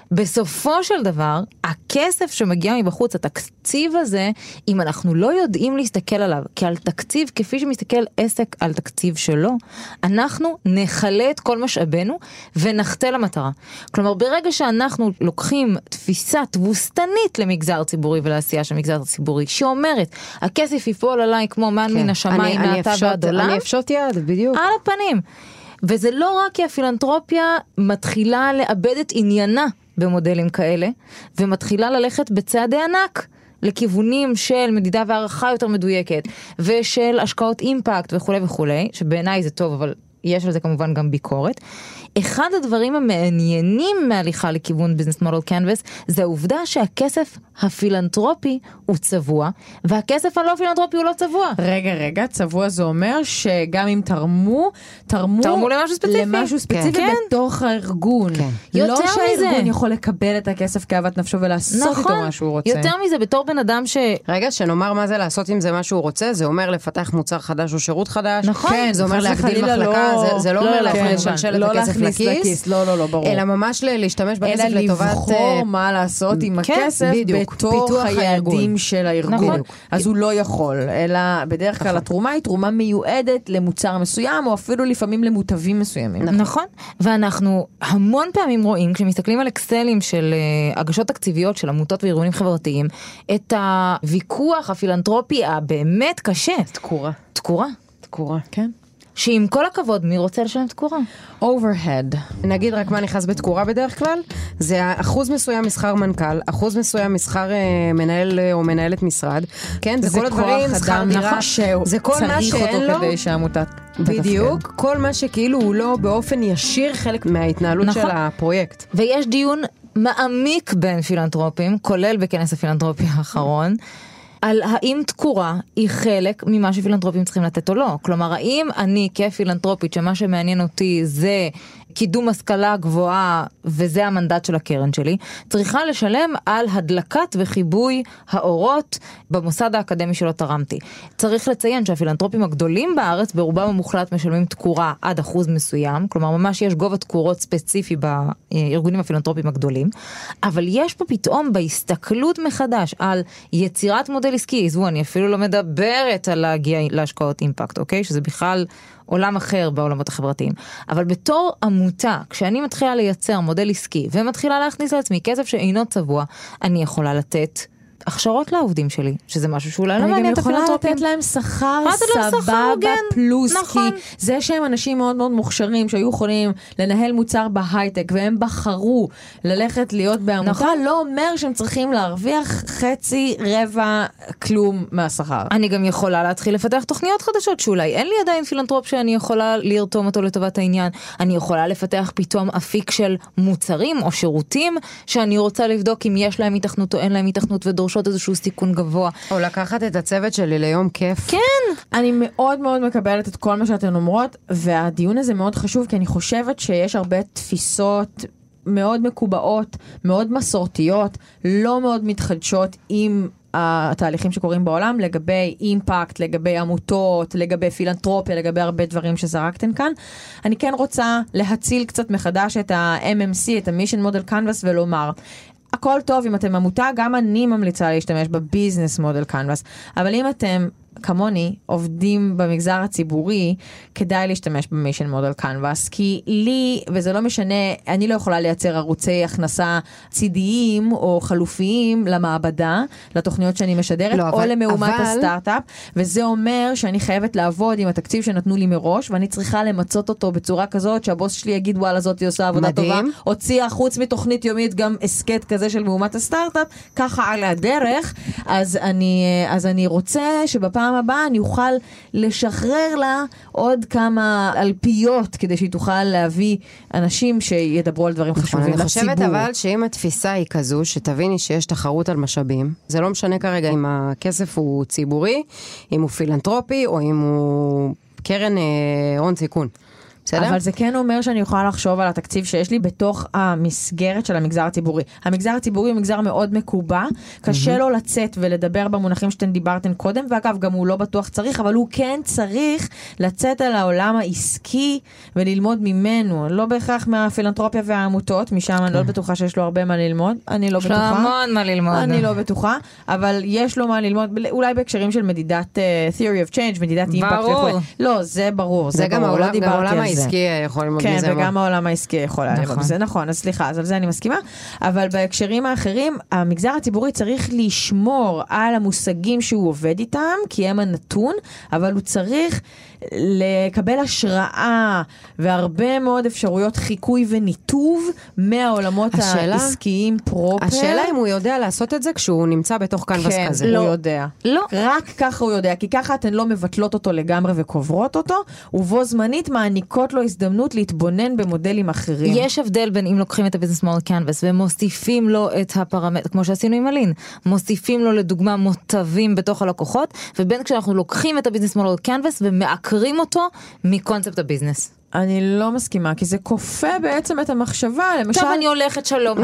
בסופו של דבר, הכסף שמגיע מבחוץ, התקציב הזה, אם אנחנו לא יודעים להסתכל עליו, כי על תקציב, כפי שמסתכל עסק על תקציב שלו, אנחנו נחלה את כל משאבנו ונחטא למטרה. כלומר, ברגע שאנחנו לוקחים תפיסה תבוסתנית למגזר ציבורי ולעשייה של מגזר ציבורי, שאומרת, הכסף יפול עליי כמו מן מן השמיים, מעתה ועד עולם. אני אפשוט יד, בדיוק. על הפנים. וזה לא רק כי הפילנטרופיה מתחילה לאבד את עניינה במודלים כאלה, ומתחילה ללכת בצעדי ענק לכיוונים של מדידה והערכה יותר מדויקת, ושל השקעות אימפקט וכו' וכו', שבעיניי זה טוב, אבל יש על זה כמובן גם ביקורת. אחד הדברים המעניינים מהליכה לכיוון ביזנס מודל קנבס, זה העובדה שהכסף הפילנטרופי הוא צבוע, והכסף הלא פילנטרופי הוא לא צבוע. רגע, רגע, צבוע זה אומר שגם אם תרמו, תרמו, תרמו למשהו ספציפי. למשהו ספציפי כן. בתוך הארגון. כן. לא יותר שהארגון מזה. יכול לקבל את הכסף כאוות נפשו ולעשות נכון. איתו מה שהוא רוצה. יותר מזה, בתור בן אדם ש... רגע, שנאמר מה זה לעשות עם זה מה שהוא רוצה, זה אומר לפתח מוצר חדש או שירות חדש. נכון. כן, זה אומר חס להגדיל וחלילה מחלקה, לא- זה- זה לא לא, אומר לא, להכניס כן, שלשלת לא הכסף להכניס לכיס, לכיס, לא, לא, לא, ברור. אלא ממש ל- להשתמש בכסף אלא לטובת... לבחור אה, מה לעשות עם כן, הכסף בדיוק. בתוך פיתוח היעדים הארגון. של הארגון. נכון. אז הוא לא יכול, אלא בדרך כלל התרומה היא תרומה מיועדת למוצר מסוים, או אפילו לפעמים למוטבים מסוימים. נכון, ואנחנו המון פעמים רואים, כשמסתכלים על אקסלים של uh, הגשות תקציביות של עמותות וארגונים חברתיים, את הוויכוח הפילנטרופי הבאמת קשה. תקורה. תקורה. תקורה. כן. שעם כל הכבוד, מי רוצה לשלם תקורה? overhead. נגיד רק מה נכנס בתקורה בדרך כלל, זה אחוז מסוים משכר מנכ"ל, אחוז מסוים משכר אה, מנהל אה, או מנהלת משרד, כן, זה, זה כל הדברים, כוח שכר אדם דירה, שהוא זה כל מה צריך שאין אותו לו, כדי שהעמותה בדיוק, תתפקד. כל מה שכאילו הוא לא באופן ישיר חלק מההתנהלות נכון. של הפרויקט. ויש דיון מעמיק בין פילנטרופים, כולל בכנס הפילנטרופי האחרון, על האם תקורה היא חלק ממה שפילנטרופים צריכים לתת או לא. כלומר, האם אני כפילנטרופית, שמה שמעניין אותי זה קידום השכלה גבוהה, וזה המנדט של הקרן שלי, צריכה לשלם על הדלקת וחיבוי האורות במוסד האקדמי שלא תרמתי. צריך לציין שהפילנטרופים הגדולים בארץ, ברובם המוחלט משלמים תקורה עד אחוז מסוים, כלומר ממש יש גובה תקורות ספציפי בארגונים הפילנטרופים הגדולים, אבל יש פה פתאום בהסתכלות מחדש על יצירת מודל עסקי, זו אני אפילו לא מדברת על להגיע להשקעות אימפקט, אוקיי? שזה בכלל עולם אחר בעולמות החברתיים. אבל בתור עמותה, כשאני מתחילה לייצר מודל עסקי, ומתחילה להכניס לעצמי כסף שאינו צבוע, אני יכולה לתת הכשרות לעובדים שלי, שזה משהו שאולי לא מעניין את אני גם יכולה הפילנטרופים. לתת להם שכר לתת להם שכר סבבה הוגן. פלוס, נכון. כי זה שהם אנשים מאוד מאוד מוכשרים, שהיו יכולים לנהל מוצר בהייטק, והם בחרו ללכת להיות בעמותה, נכון. לא אומר שהם צריכים להרוויח חצי, רבע, כלום מהשכר. אני גם יכולה להתחיל לפתח תוכניות חדשות, שאולי אין לי עדיין פילנטרופ שאני יכולה לרתום אותו לטובת העניין. אני יכולה לפתח פתאום אפיק של מוצרים או שירותים, שאני רוצה לבדוק אם יש להם התכנות או אין להם התכנות, ודורשות איזשהו סיכון גבוה. או לקחת את הצוות שלי ליום כיף. כן. אני מאוד מאוד מקבלת את כל מה שאתן אומרות, והדיון הזה מאוד חשוב, כי אני חושבת שיש הרבה תפיסות מאוד מקובעות, מאוד מסורתיות, לא מאוד מתחדשות עם התהליכים שקורים בעולם, לגבי אימפקט, לגבי עמותות, לגבי פילנטרופיה, לגבי הרבה דברים שזרקתן כאן. אני כן רוצה להציל קצת מחדש את ה-אם אם סי, את ה-Mission Model Canvas, ולומר, הכל טוב אם אתם עמותה, גם אני ממליצה להשתמש בביזנס מודל קנבס, אבל אם אתם כמוני עובדים במגזר הציבורי, כדאי להשתמש במישן מודל קנבס, כי לי, וזה לא משנה, אני לא יכולה לייצר ערוצי הכנסה צידיים או חלופיים למעבדה, לתוכניות שאני משדרת, לא, או אבל, למאומת אבל... הסטארט-אפ, וזה אומר שאני חייבת לעבוד עם התקציב שנתנו לי מראש, ואני צריכה למצות אותו בצורה כזאת, שהבוס שלי יגיד, וואלה, זאת היא עושה עבודה מדהים. טובה, הוציאה חוץ מתוכנית יומית גם הסקט כזה של מאומת הסטארט-אפ, ככה על הדרך, אז אני, אז אני רוצה שבפעם הבאה אני אוכל לשחרר לה עוד כמה אלפיות, כדי שהיא תוכל להביא אנשים שידברו על דברים חשובים אני לציבור. חושבת אבל שאם התפיסה היא כזו, שתביני שיש תחרות על משאבים, זה לא משנה כרגע אם הכסף הוא ציבורי, אם הוא פילנטרופי, או אם הוא קרן אה, הון סיכון. בסדר? אבל זה כן אומר שאני יכולה לחשוב על התקציב שיש לי בתוך המסגרת של המגזר הציבורי. המגזר הציבורי הוא מגזר מאוד מקובע, קשה לו לצאת ולדבר במונחים שאתם דיברתם קודם, ואגב, גם הוא לא בטוח צריך, אבל הוא כן צריך לצאת על העולם העסקי וללמוד ממנו, לא בהכרח מהפילנתרופיה והעמותות, משם אני לא בטוחה שיש לו הרבה מה ללמוד, אני לא בטוחה. יש לו המון מה ללמוד. אני לא בטוחה, אבל יש לו מה ללמוד, אולי בהקשרים של מדידת uh, theory of change, מדידת אימפקט וכו'. לא, זה ברור, זה, זה גם ברור, העולם, לא דיברתי גם העולם על זה. העסקי יכול ללמוד כן, מזה. וגם מה? העולם העסקי יכול ללמוד נכון. מזה, נכון, אז סליחה, אז על זה אני מסכימה, אבל בהקשרים האחרים, המגזר הציבורי צריך לשמור על המושגים שהוא עובד איתם, כי הם הנתון, אבל הוא צריך לקבל השראה והרבה מאוד אפשרויות חיקוי וניתוב מהעולמות השאלה, העסקיים פרופר. השאלה אם הוא יודע לעשות את זה כשהוא נמצא בתוך קנבס כן, כזה. לא. הוא יודע. לא. רק ככה הוא יודע, כי ככה אתן לא מבטלות אותו לגמרי וקוברות אותו, ובו זמנית מעניקות לו הזדמנות להתבונן במודלים אחרים. יש הבדל בין אם לוקחים את הביזנס מודל קנבס ומוסיפים לו את הפרמטר, כמו שעשינו עם אלין, מוסיפים לו לדוגמה מוטבים בתוך הלקוחות, ובין כשאנחנו לוקחים את הביזנס מודל קנבס ומעקרים אותו מקונספט הביזנס. אני לא מסכימה, כי זה כופה בעצם את המחשבה, למשל... טוב, אני הולכת שלום.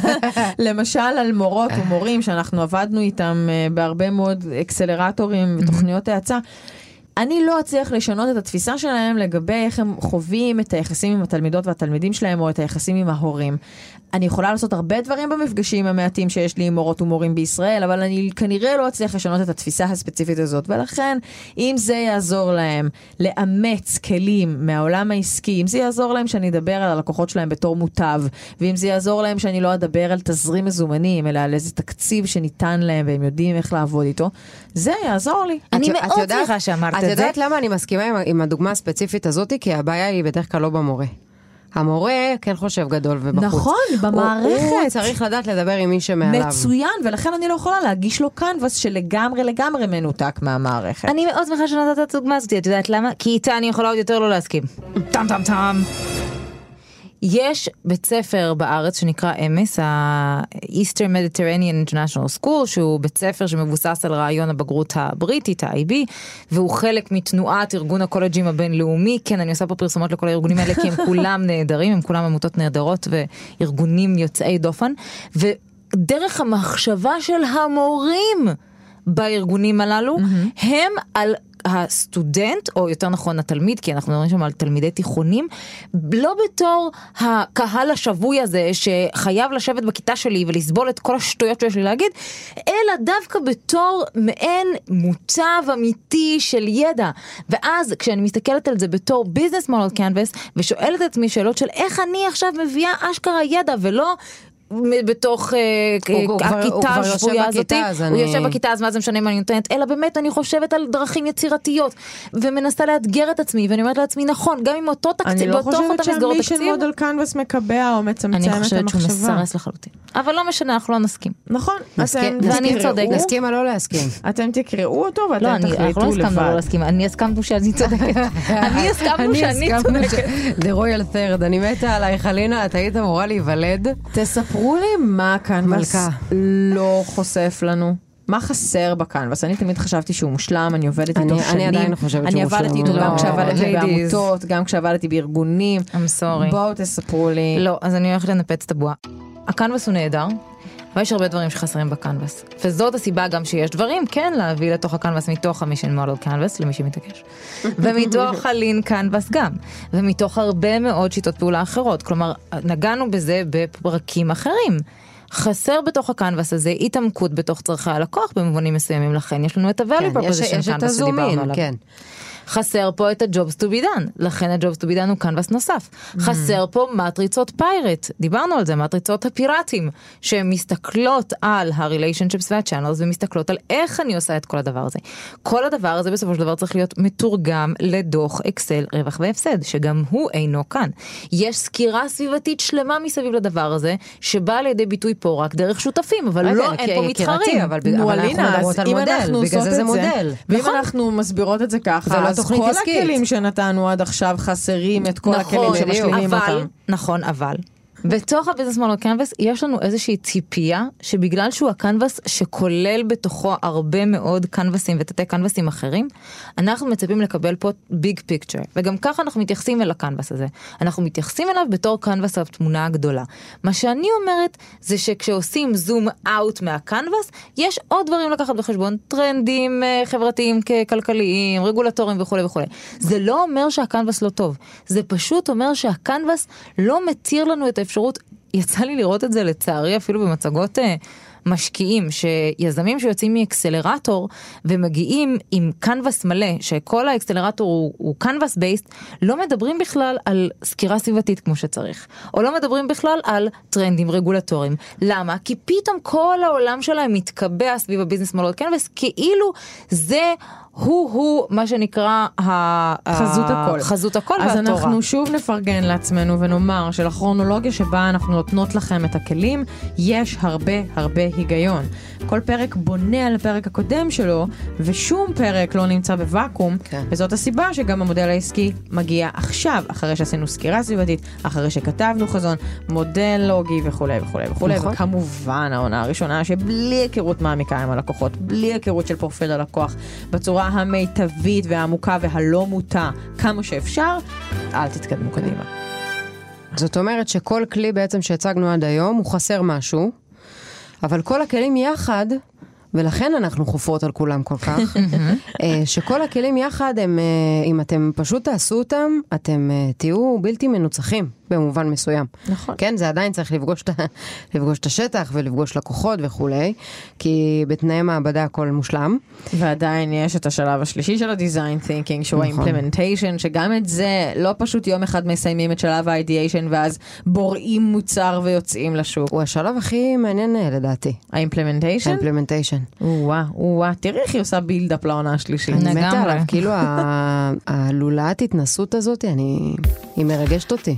למשל על מורות ומורים שאנחנו עבדנו איתם בהרבה מאוד אקסלרטורים ותוכניות האצה. אני לא אצליח לשנות את התפיסה שלהם לגבי איך הם חווים את היחסים עם התלמידות והתלמידים שלהם או את היחסים עם ההורים. אני יכולה לעשות הרבה דברים במפגשים המעטים שיש לי עם מורות ומורים בישראל, אבל אני כנראה לא אצליח לשנות את התפיסה הספציפית הזאת, ולכן אם זה יעזור להם לאמץ כלים מהעולם העסקי, אם זה יעזור להם שאני אדבר על הלקוחות שלהם בתור מוטב, ואם זה יעזור להם שאני לא אדבר על תזרים מזומנים, אלא על איזה תקציב שניתן להם והם יודעים איך לעבוד איתו, זה יעזור לי. אני את- את מאוד יודעת- שמחה שאמרת את את זה. יודעת למה אני מסכימה עם, עם הדוגמה הספציפית הזאת? כי הבעיה היא בדרך כלל לא במורה. המורה כן חושב גדול ובחוץ. נכון, במערכת. הוא, הוא צריך לדעת לדבר עם מי שמעליו. מצוין, ולכן אני לא יכולה להגיש לו קנבס שלגמרי לגמרי מנותק מהמערכת. אני מאוד שמחה שנתת את הדוגמה הזאת, את יודעת למה? כי איתה אני יכולה עוד יותר לא להסכים. טם טם טם. יש בית ספר בארץ שנקרא אמס, ה-Eastern Mediterranean International School, שהוא בית ספר שמבוסס על רעיון הבגרות הבריטית, ה-איי בי, והוא חלק מתנועת ארגון הקולג'ים הבינלאומי. כן, אני עושה פה פרסומות לכל הארגונים האלה, כי הם כולם נהדרים, הם כולם עמותות נהדרות וארגונים יוצאי דופן, ודרך המחשבה של המורים בארגונים הללו, mm-hmm. הם על הסטודנט, או יותר נכון התלמיד, כי אנחנו מדברים שם על תלמידי תיכונים, לא בתור הקהל השבוי הזה שחייב לשבת בכיתה שלי ולסבול את כל השטויות שיש לי להגיד, אלא דווקא בתור מעין מוצב אמיתי של ידע. ואז כשאני מסתכלת על זה בתור ביזנס מודל קנבס, ושואלת את עצמי שאלות של איך אני עכשיו מביאה אשכרה ידע ולא בתוך הכיתה השבויה הזאת, הוא יושב בכיתה, אז מה זה משנה מה אני נותנת, אלא באמת אני חושבת על דרכים יצירתיות, ומנסה לאתגר את עצמי, ואני אומרת לעצמי, נכון, גם עם אותו תקציב, אני לא חושבת שהמישן מודל קנבס מקבע או מצמצם את המחשבה. אני חושבת שהוא מסרס לחלוטין. אבל לא משנה, אנחנו לא נסכים. נכון. ואני צודקת. נסכים או לא להסכים. אתם תקראו אותו ואתם לא, תחליטו לבד. אנחנו לא הסכמנו לא להסכים. אני הסכמנו שאני צודקת. אני הסכמנו שאני צודקת. The Royal Third. אני מתה עלייך, אלינה, את היית אמורה להיוולד. תספרו לי מה קנבס מלכה. לא חושף לנו. מה חסר בקנבס? אני תמיד חשבתי שהוא מושלם, אני עובדת אני- איתו אני שנים. עדיין חושבת שהוא אני עבדתי מושלם. איתו גם לא, כשעבדתי ladies. בעמותות, גם כשעבדתי בארגונים. I'm sorry. בואו תספרו לי. לא, אז אני הולכת לנפץ את הבועה. הקנבס הוא נהדר, אבל יש הרבה דברים שחסרים בקנבס. וזאת הסיבה גם שיש דברים, כן, להביא לתוך הקנבס מתוך המישן מודל קנבס, למי שמתעקש. ומתוך הלין קנבס גם. ומתוך הרבה מאוד שיטות פעולה אחרות. כלומר, נגענו בזה בפרקים אחרים. חסר בתוך הקנבס הזה התעמקות בתוך צרכי הלקוח במובנים מסוימים, לכן יש לנו את ה-value כן, יש- proposition יש את canvas שדיברנו הזומין, עליו. כן. חסר פה את ה-jobs to be done, לכן ה-jobs to be done הוא קנבס נוסף. חסר פה מטריצות פיירט, דיברנו על זה, מטריצות הפיראטים, שמסתכלות על ה-relationships וה-channels, ומסתכלות על איך אני עושה את כל הדבר הזה. כל הדבר הזה בסופו של דבר צריך להיות מתורגם לדוח אקסל רווח והפסד, שגם הוא אינו כאן. יש סקירה סביבתית שלמה מסביב לדבר הזה, שבאה לידי ביטוי פה רק דרך שותפים, אבל רגע, לא, כי- אין פה יקירתי, מתחרים. אבל- נו, אבל אנחנו אלינה, מדברות אז על אם מודל, אנחנו בגלל עושות זה את זה מודל. ואם נכון. אנחנו מסבירות את זה ככה, ולא אז תוכנית כל עסקית. הכלים שנתנו עד עכשיו חסרים את כל נכון, הכלים שמשלימים אבל, אותם. נכון, אבל, בתוך הביזנס מודל קנבס יש לנו איזושהי ציפייה שבגלל שהוא הקנבס שכולל בתוכו הרבה מאוד קנבסים ותתי קנבסים אחרים, אנחנו מצפים לקבל פה ביג פיקצ'ר, וגם ככה אנחנו מתייחסים אל הקנבס הזה. אנחנו מתייחסים אליו בתור קנבס התמונה הגדולה. מה שאני אומרת זה שכשעושים זום אאוט מהקנבס, יש עוד דברים לקחת בחשבון, טרנדים חברתיים כלכליים, רגולטוריים וכו' וכו'. זה לא אומר שהקנבס לא טוב, זה פשוט אומר שהקנבס לא מתיר לנו את האפשרות, יצא לי לראות את זה לצערי אפילו במצגות משקיעים, שיזמים שיוצאים מאקסלרטור ומגיעים עם קנבס מלא, שכל האקסלרטור הוא, הוא קנבס בייסט, לא מדברים בכלל על סקירה סביבתית כמו שצריך, או לא מדברים בכלל על טרנדים רגולטוריים. למה? כי פתאום כל העולם שלהם מתקבע סביב הביזנס מודל קנבס, כאילו זה הוא-הוא מה שנקרא חזות הכל. חזות הכל והתורה. אז אנחנו שוב נפרגן לעצמנו ונאמר שלכרונולוגיה שבה אנחנו נותנות לכם את הכלים, יש הרבה הרבה היגיון. כל פרק בונה על הפרק הקודם שלו, ושום פרק לא נמצא בוואקום, כן. וזאת הסיבה שגם המודל העסקי מגיע עכשיו, אחרי שעשינו סקירה סביבתית, אחרי שכתבנו חזון, מודל לוגי וכו' וכו' וכו'. נכון. וכמובן העונה הראשונה שבלי היכרות מעמיקה עם הלקוחות, בלי היכרות של פרופיל הלקוח, בצורה המיטבית והעמוקה והלא מוטה, כמה שאפשר, אל תתקדמו קדימה. זאת אומרת שכל כלי בעצם שהצגנו עד היום הוא חסר משהו, אבל כל הכלים יחד, ולכן אנחנו חופרות על כולם כל כך, שכל הכלים יחד, הם, אם אתם פשוט תעשו אותם, אתם תהיו בלתי מנוצחים במובן מסוים. נכון. כן, זה עדיין צריך לפגוש, לפגוש את השטח ולפגוש לקוחות וכולי, כי בתנאי מעבדה הכל מושלם. ועדיין יש את השלב השלישי של ה-design thinking, שהוא נכון. ה-implementation, שגם את זה לא פשוט יום אחד מסיימים את שלב ה-ideation, ואז בוראים מוצר ויוצאים לשוק. הוא השלב הכי מעניין לדעתי. ה-implementation? ה-implementation. וואה, וואה, תראי איך היא עושה בילדאפ לעונה השלישית. אני מתה עליו, כאילו הלולאת התנסות הזאת, אני, היא מרגשת אותי.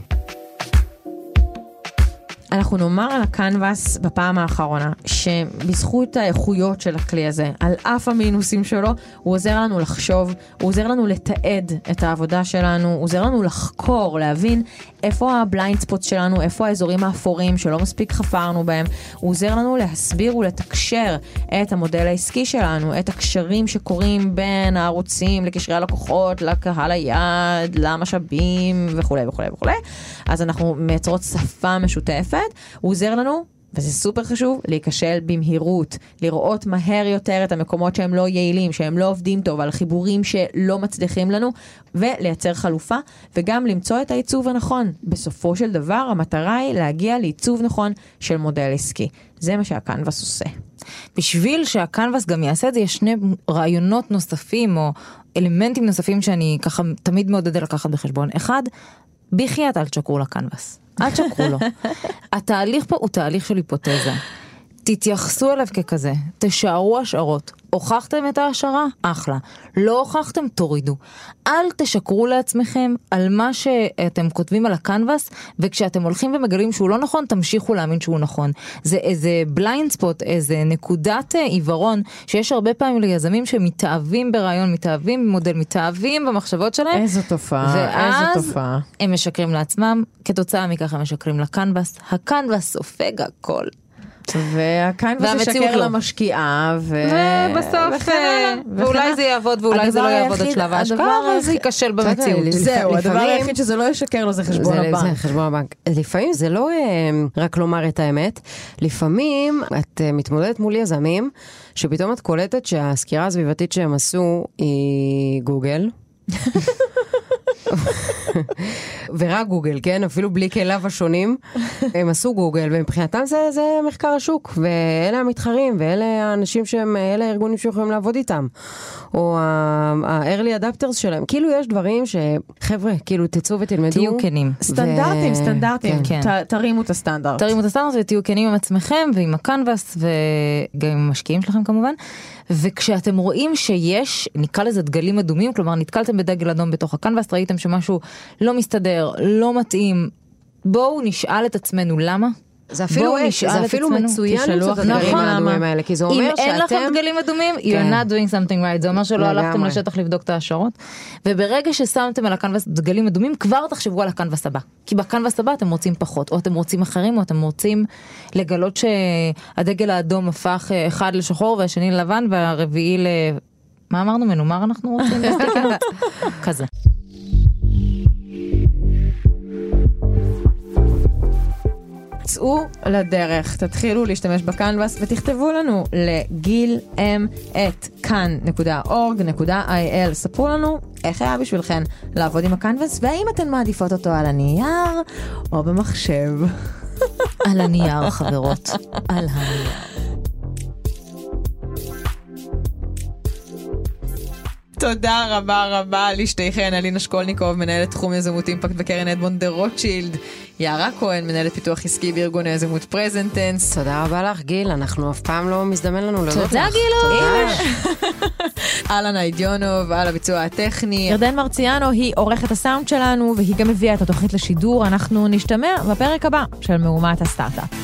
אנחנו נאמר על הקנבס בפעם האחרונה, שבזכות האיכויות של הכלי הזה, על אף המינוסים שלו, הוא עוזר לנו לחשוב, הוא עוזר לנו לתעד את העבודה שלנו, הוא עוזר לנו לחקור, להבין איפה הבליינד ספוט שלנו, איפה האזורים האפורים שלא מספיק חפרנו בהם, הוא עוזר לנו להסביר ולתקשר את המודל העסקי שלנו, את הקשרים שקורים בין הערוצים, לקשרי הלקוחות, לקהל היעד, למשאבים וכו' וכו' וכו'. אז אנחנו מייצרות שפה משותפת, הוא עוזר לנו, וזה סופר חשוב, להיכשל במהירות, לראות מהר יותר את המקומות שהם לא יעילים, שהם לא עובדים טוב, על חיבורים שלא מצליחים לנו, ולייצר חלופה, וגם למצוא את העיצוב הנכון. בסופו של דבר, המטרה היא להגיע לעיצוב נכון של מודל עסקי. זה מה שהקנבס עושה. בשביל שהקנבס גם יעשה את זה, יש שני רעיונות נוספים, או אלמנטים נוספים שאני ככה תמיד מעודדת לקחת בחשבון. אחד, בחייאת אל תשקרו לקנבס. אל תשקרו לו. התהליך פה הוא תהליך של היפותזה. תתייחסו אליו ככזה, תשארו השערות. הוכחתם את ההשערה? אחלה. לא הוכחתם? תורידו. אל תשקרו לעצמכם על מה שאתם כותבים על הקנבס, וכשאתם הולכים ומגלים שהוא לא נכון, תמשיכו להאמין שהוא נכון. זה איזה בליינד ספוט, איזה נקודת עיוורון, שיש הרבה פעמים ליזמים שמתאהבים ברעיון, מתאהבים במודל, מתאהבים במחשבות שלהם. איזו תופעה, איזו תופעה. ואז הם משקרים לעצמם, כתוצאה מכך הם משקרים לקנבס. הקנבס סופג הכל. והקנבס ישקר למשקיעה, ובסוף, ואולי זה יעבוד, ואולי זה לא יעבוד את שלב ההשקעה, אבל זה ייכשל במציאות. זהו, הדבר היחיד שזה לא ישקר לו זה חשבון הבנק. זה חשבון הבנק. לפעמים זה לא רק לומר את האמת, לפעמים את מתמודדת מול יזמים, שפתאום את קולטת שהסקירה הסביבתית שהם עשו היא גוגל, ורק גוגל, כן? אפילו בלי כליו השונים. הם עשו גוגל, ומבחינתם זה, זה מחקר השוק, ואלה המתחרים, ואלה האנשים שהם, אלה הארגונים שיכולים לעבוד איתם. או ה-early adapters שלהם. כאילו יש דברים שחבר'ה, כאילו תצאו ותלמדו. תהיו כנים. סטנדרטים, סטנדרטים. תרימו את הסטנדרט. תרימו את הסטנדרט ותהיו כנים עם עצמכם, ועם הקנבס, וגם עם המשקיעים שלכם כמובן. וכשאתם רואים שיש, נקרא לזה דגלים אדומים, כלומר נתקלתם בדגל אדום בתוך הקנבס, ראיתם שמשהו לא מסתדר, לא מתאים, בואו נשאל את עצמנו למה, זה אפילו, בואו יש, נשאל זה את אפילו עצמנו, מצוין תשאלו למצוא את אחרים הדגלים למה. האדומים האלה, כי זה אם אומר אין לכם שאתם... דגלים אדומים, you're כן. not doing something right, זה אומר שלא לגמרי. הלכתם לשטח לבדוק את ההשערות, וברגע ששמתם על הקנבס דגלים אדומים, כבר תחשבו על הקנבס הבא, כי בקנבס הבא אתם רוצים פחות, או אתם רוצים אחרים, או אתם רוצים לגלות שהדגל האדום הפך אחד לשחור והשני ללבן, והרביעי ל... מה אמרנו? מנומר אנחנו רוצים? כזה. צאו לדרך, תתחילו להשתמש בקנבס ותכתבו לנו לגיל אם את כאן נקודה אורג נקודה איי אל. ספרו לנו איך היה בשבילכן לעבוד עם הקנבס, והאם אתן מעדיפות אותו על הנייר או במחשב. על הנייר, חברות. על הנייר. תודה רבה רבה לשתיכן, אלינה שקולניקוב, מנהלת תחום יזמות אימפקט בקרן אדמונד דה רוטשילד, יערה כהן, מנהלת פיתוח עסקי בארגון היזמות פרזנטנס. תודה רבה לך, גיל, אנחנו אף פעם לא מזדמן לנו להודות לך. תודה, גילו. תודה. אלנה אידיונוב, על הביצוע הטכני. ירדן מרציאנו היא עורכת הסאונד שלנו, והיא גם הביאה את התוכנית לשידור. אנחנו נשתמע בפרק הבא של מהומת הסטארט-אפ.